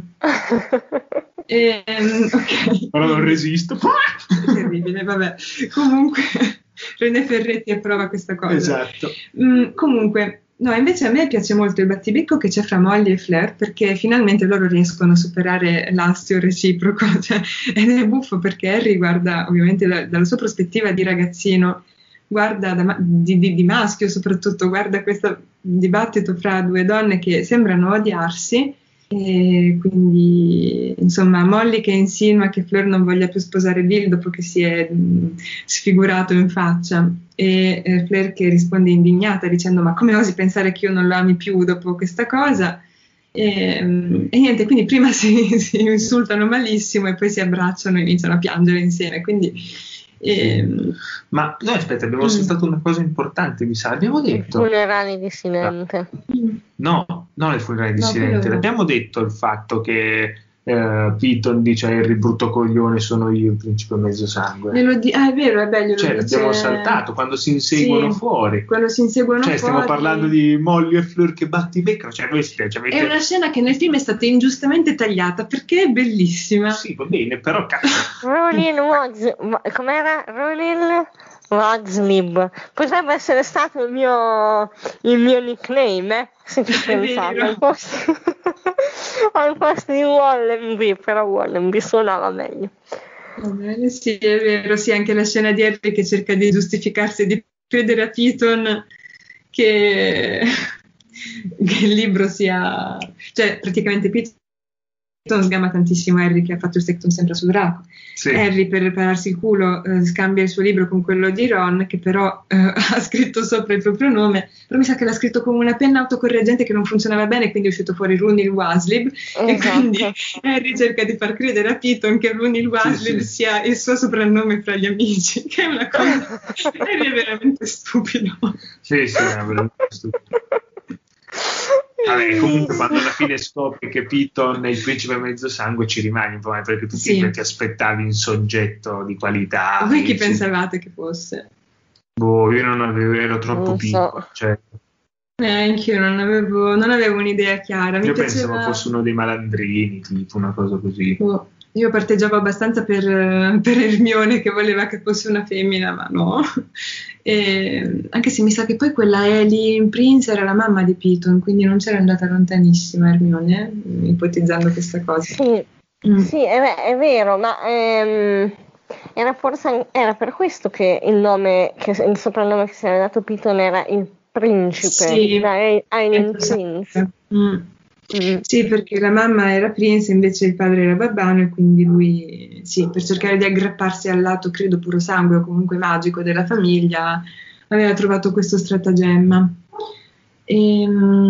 E, okay. Però non resisto. È terribile, vabbè. Comunque, René Ferretti approva questa cosa. Esatto. Mm, comunque... No, invece a me piace molto il battibecco che c'è fra Molly e Fleur, perché finalmente loro riescono a superare l'astio reciproco, cioè, ed è buffo perché Harry guarda, ovviamente da, dalla sua prospettiva di ragazzino, guarda da, di, di, di maschio soprattutto, guarda questo dibattito fra due donne che sembrano odiarsi, e quindi insomma Molly che insinua che Fleur non voglia più sposare Bill dopo che si è mh, sfigurato in faccia, e eh, Fleur che risponde indignata dicendo ma come osi pensare che io non lo ami più dopo questa cosa, e, mh, e niente, quindi prima si, si insultano malissimo e poi si abbracciano e iniziano a piangere insieme, quindi E... Ma no, aspetta, abbiamo mm. saltato una cosa importante, mi sa, abbiamo detto... I funerali di Silente. No, non il funerale di no, Silente, quello... abbiamo detto il fatto che eh, Piton dice a Harry brutto coglione sono io il principe mezzo sangue. Di... Ah, è vero, è bello. Cioè, lo l'abbiamo dice... saltato quando si inseguono sì, fuori. Quando si inseguono cioè, fuori. stiamo parlando di Molly e Fleur che batti becca. Cioè, voi siete, cioè, avete... È una scena che nel film è stata ingiustamente tagliata perché è bellissima. Sì, va bene, però cazzo. Ronin Woz... Com'era? Ronin Wozlib. Potrebbe essere stato il mio il mio nickname, eh? Se ci pensate. al posto di Wallenby, però Wallenby suonava meglio. Va bene, sì, è vero, sì, anche la scena di Harry che cerca di giustificarsi e di credere a Piton che, che il libro sia, cioè praticamente Piton sgama tantissimo Harry che ha fatto il sectum sempre sul draco. Sì. Harry per ripararsi il culo eh, scambia il suo libro con quello di Ron che però eh, ha scritto sopra il proprio nome, però mi sa che l'ha scritto con una penna autocorreggente che non funzionava bene, quindi è uscito fuori Rooney Weasley, esatto. E quindi Harry cerca di far credere a Piton che Rooney Weasley sì, sì. sia il suo soprannome fra gli amici, che è una cosa Harry è veramente stupido. Sì, sì, è veramente stupido. Vabbè, comunque quando alla fine scopri che Piton è il principe mezzo sangue ci rimani un po', perché tu sì. ti aspettavi un soggetto di qualità. Voi chi pensavate che fosse? Boh, io non avevo, ero troppo piccolo, so. cioè. Eh, anch'io non avevo, non avevo un'idea chiara. Mi io piaceva... pensavo fosse uno dei malandrini, tipo una cosa così. Boh. Io parteggiavo abbastanza per, per Hermione che voleva che fosse una femmina, ma no. E, anche se mi sa che poi quella Ellie Prince era la mamma di Piton, quindi non c'era andata lontanissima Hermione, eh, ipotizzando questa cosa. Sì, mm. sì è, è vero, ma ehm, era forse era per questo che il nome, che il soprannome che si era dato Piton era il principe, sì, Eileen Prince. Mm. Mm. Sì, perché la mamma era Prince, invece il padre era Babbano, e quindi lui, sì, per cercare di aggrapparsi al lato, credo, puro sangue o comunque magico della famiglia, aveva trovato questo stratagemma. E,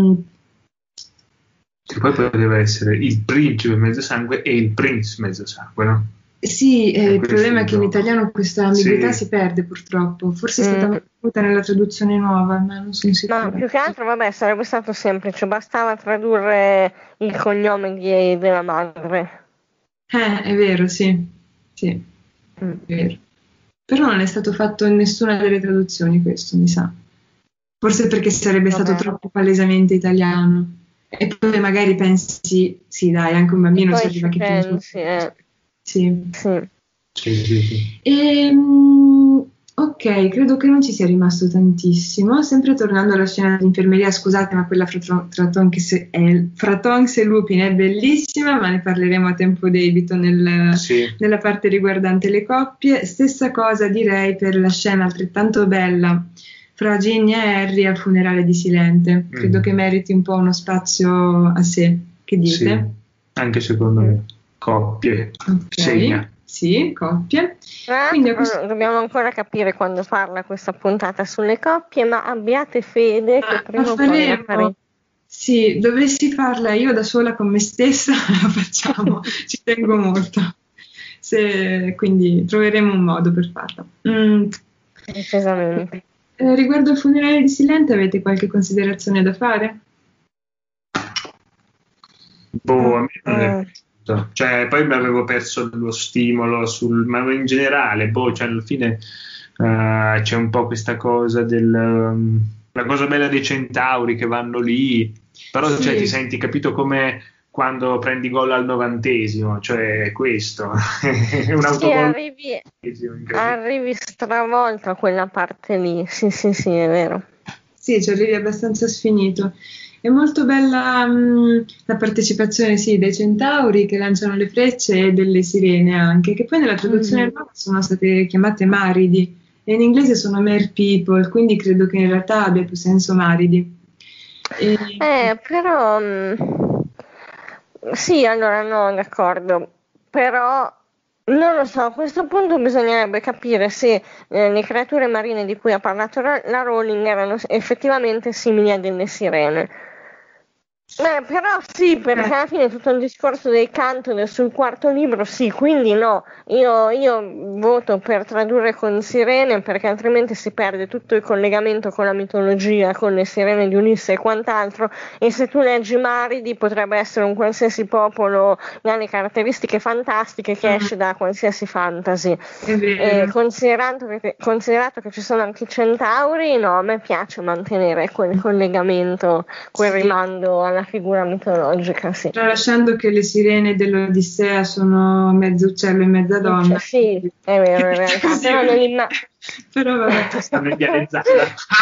che poi poteva essere il principe mezzo sangue e il prince mezzo sangue, no? Sì, eh, il problema è che in italiano questa ambiguità sì. si perde purtroppo, forse è stata Mm. mantenuta nella traduzione nuova, ma non sono sicura. Ma più che altro, vabbè, sarebbe stato semplice, bastava tradurre il cognome di, della madre. Eh, è vero, sì, sì, Mm. è vero. Però non è stato fatto in nessuna delle traduzioni questo, mi sa. Forse perché sarebbe Vabbè. stato troppo palesemente italiano. E poi magari pensi, sì dai, anche un bambino Poi sapeva ci che pensi, eh. Sì. Sì. Sì, sì, sì. E, mm, ok, credo che non ci sia rimasto tantissimo. Sempre tornando alla scena dell'infermeria, scusate, ma quella fra, Tron- tra Tonks e, eh, fra Tonks e Lupin è bellissima, ma ne parleremo a tempo debito nel, Sì. nella parte riguardante le coppie. Stessa cosa direi per la scena altrettanto bella fra Ginny e Harry al funerale di Silente. Credo Mm. che meriti un po' uno spazio a sé. Che dite? Sì, anche secondo me. Coppie, Ok. segna. Sì, coppie. Tra Quindi a l'altro, questo- dobbiamo ancora capire quando parla questa puntata sulle coppie, ma abbiate fede che Ah, prima la o poi la faremo. faremo. Sì, dovessi farla io da sola con me stessa, la facciamo, ci tengo molto. Se- quindi troveremo un modo per farla. Mm, Decisamente. eh, riguardo al funerale di Silente, avete qualche considerazione da fare? Boh, a me non è Eh, piaciuto. Cioè, poi mi avevo perso lo stimolo sul, ma in generale, boh, cioè alla fine eh, c'è un po' questa cosa del um, la cosa bella dei centauri che vanno lì, però Sì. cioè, ti senti capito come quando prendi gol al novantesimo, cioè è questo, è un sì, autogol arrivi, arrivi stravolto a quella parte lì. Sì, sì, sì, è vero. Sì, ci arrivi abbastanza sfinito. È molto bella mh, la partecipazione, sì, dei centauri che lanciano le frecce e delle sirene anche, che poi nella traduzione Mhm. nuova sono state chiamate maridi e in inglese sono mere people, quindi credo che in realtà abbia più senso maridi. E- Eh, però mh, sì, allora no, d'accordo, però non lo so, a questo punto bisognerebbe capire se eh, le creature marine di cui ha parlato la, la Rowling erano effettivamente simili a delle sirene. Eh, però sì, perché eh, alla fine è tutto il discorso dei Canton sul quarto libro, sì, quindi no, io, io voto per tradurre con sirene perché altrimenti si perde tutto il collegamento con la mitologia, con le sirene di Ulisse e quant'altro, e se tu leggi Maridi potrebbe essere un qualsiasi popolo che ha le caratteristiche fantastiche che Mm. esce da qualsiasi fantasy. è vero. E considerato che, considerato che ci sono anche i centauri, no, a me piace mantenere quel collegamento, quel Sì. rimando alla figura mitologica, sì. Tralasciando che le sirene dell'Odissea sono mezzo uccello e mezza donna. Sì, è vero, in realtà, Sì, però non imma- però vabbè. stanno indianizzando.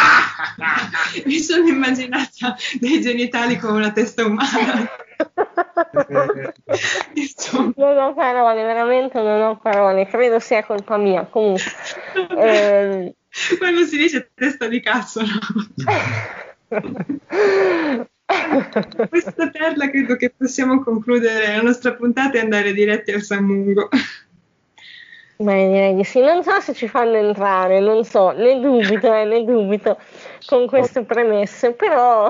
Mi sono immaginata dei genitali con una testa umana. Non ho parole, veramente non ho parole, credo sia colpa mia. Comunque, ehm... quando si dice testa di cazzo, no? Questa perla credo che possiamo concludere la nostra puntata e andare diretti al San Mungo. Beh, direi di sì. Non so se ci fanno entrare, non so, ne dubito, eh, ne dubito con queste premesse, però...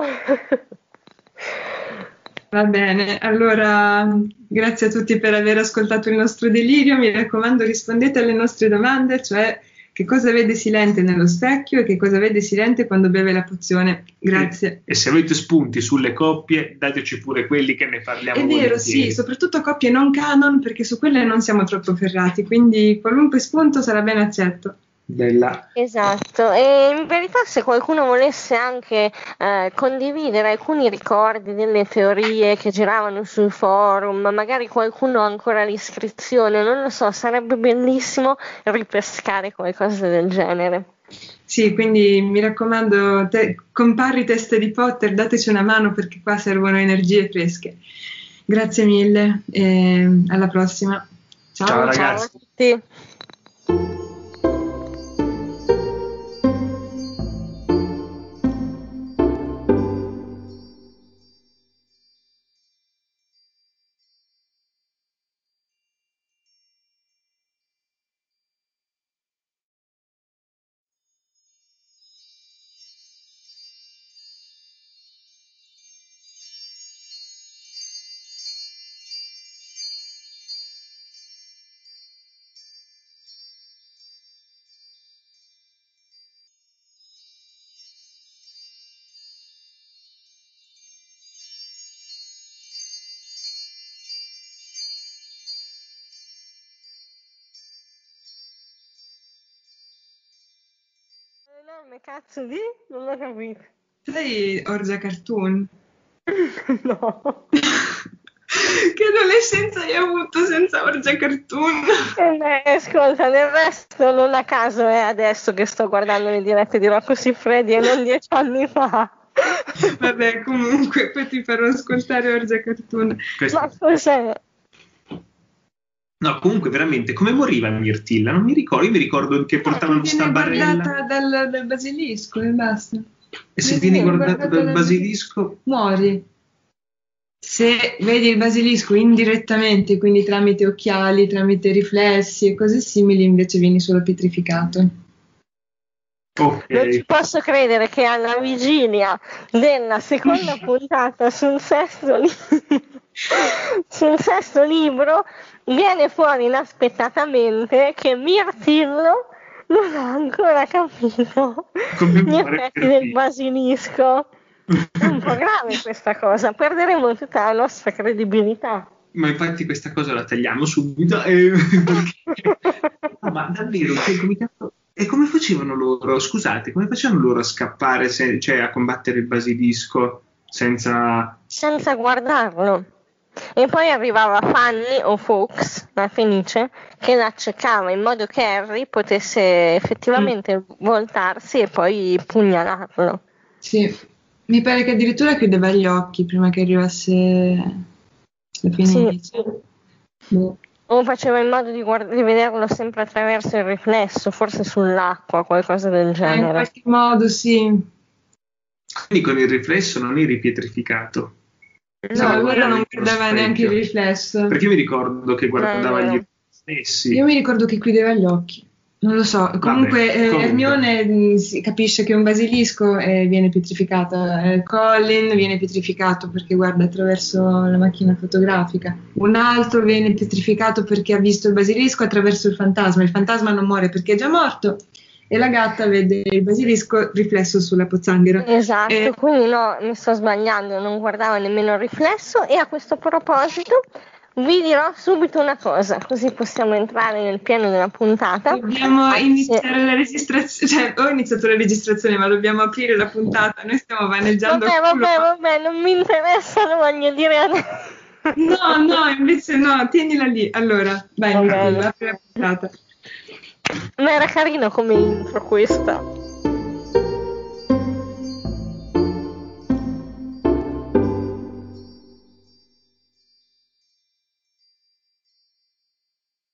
Va bene, allora grazie a tutti per aver ascoltato il nostro delirio. Mi raccomando, rispondete alle nostre domande, cioè che cosa vede Silente nello specchio e che cosa vede Silente quando beve la pozione. Grazie. E, e se avete spunti sulle coppie, dateci pure quelli che ne parliamo. È vero, volentieri. sì, soprattutto coppie non canon, perché su quelle non siamo troppo ferrati, quindi qualunque spunto sarà ben accetto. Bella. Esatto, e in verità se qualcuno volesse anche eh, condividere alcuni ricordi delle teorie che giravano sul forum, magari qualcuno ha ancora l'iscrizione, non lo so, sarebbe bellissimo ripescare qualcosa del genere. Sì, quindi mi raccomando, te, compari teste di Potter, dateci una mano perché qua servono energie fresche. Grazie mille e alla prossima. Ciao, ciao ragazzi. Ciao a tutti. Enorme cazzo di? Non l'ho capito. Sei Orgia Cartoon? No. Che adolescenza hai avuto senza Orgia Cartoon? Eh beh, ascolta, nel resto non a caso è adesso che sto guardando le dirette di Rocco Siffredi e non dieci anni fa. Vabbè, comunque, poi ti farò ascoltare Orgia Cartoon. Questo... Ma cos'è? No, comunque veramente, come moriva Mirtilla? Non mi ricordo, io mi ricordo che portavano sta barella. Viene guardata dal, dal basilisco e basta. E se vieni guardato dal basilisco... Muori. Se vedi il basilisco indirettamente, quindi tramite occhiali, tramite riflessi e cose simili, invece vieni solo pietrificato. Okay. Non ci posso credere che alla vigilia della seconda puntata sul sesto, li- sul sesto libro viene fuori inaspettatamente che Mirtillo non ha ancora capito Come gli effetti del basilisco. È un po' grave questa cosa, perderemo tutta la nostra credibilità. Ma infatti questa cosa la tagliamo subito. Eh, perché... no, ma davvero, cioè, come cazzo... E come facevano loro, scusate, come facevano loro a scappare, se, cioè a combattere il basilisco senza... Senza guardarlo. E poi arrivava Fanny o Fox, la Fenice, che la accecava in modo che Harry potesse effettivamente mm. voltarsi e poi pugnalarlo. Sì, mi pare che addirittura chiudeva gli occhi prima che arrivasse la Fenice. Sì. Boh. O faceva in modo di, guard- di vederlo sempre attraverso il riflesso, forse sull'acqua, qualcosa del genere. Eh, in qualche modo, sì. Quindi con il riflesso non eri pietrificato? No, allora non guardava neanche il riflesso. Perché io mi ricordo che guardava no, no. gli riflessi. Io mi ricordo che chiudeva gli occhi. Non lo so, comunque, Vabbè, eh, comunque. Hermione mh, si capisce che un basilisco eh, viene pietrificato, eh, Colin viene pietrificato perché guarda attraverso la macchina fotografica, un altro viene pietrificato perché ha visto il basilisco attraverso il fantasma, il fantasma non muore perché è già morto e la gatta vede il basilisco riflesso sulla pozzanghera. Esatto, eh, quindi no, mi sto sbagliando, non guardava nemmeno il riflesso. E a questo proposito vi dirò subito una cosa, così possiamo entrare nel pieno della puntata. Dobbiamo Anzi, iniziare la registrazione, cioè ho iniziato la registrazione, ma dobbiamo aprire la puntata. Noi stiamo vaneggiando. Vabbè, a culo. vabbè, vabbè, non mi interessa, lo voglio dire adesso. No, no, invece no, tienila lì. Allora, vai, Va Martina, bene. apri la puntata. Ma era carino come intro questa.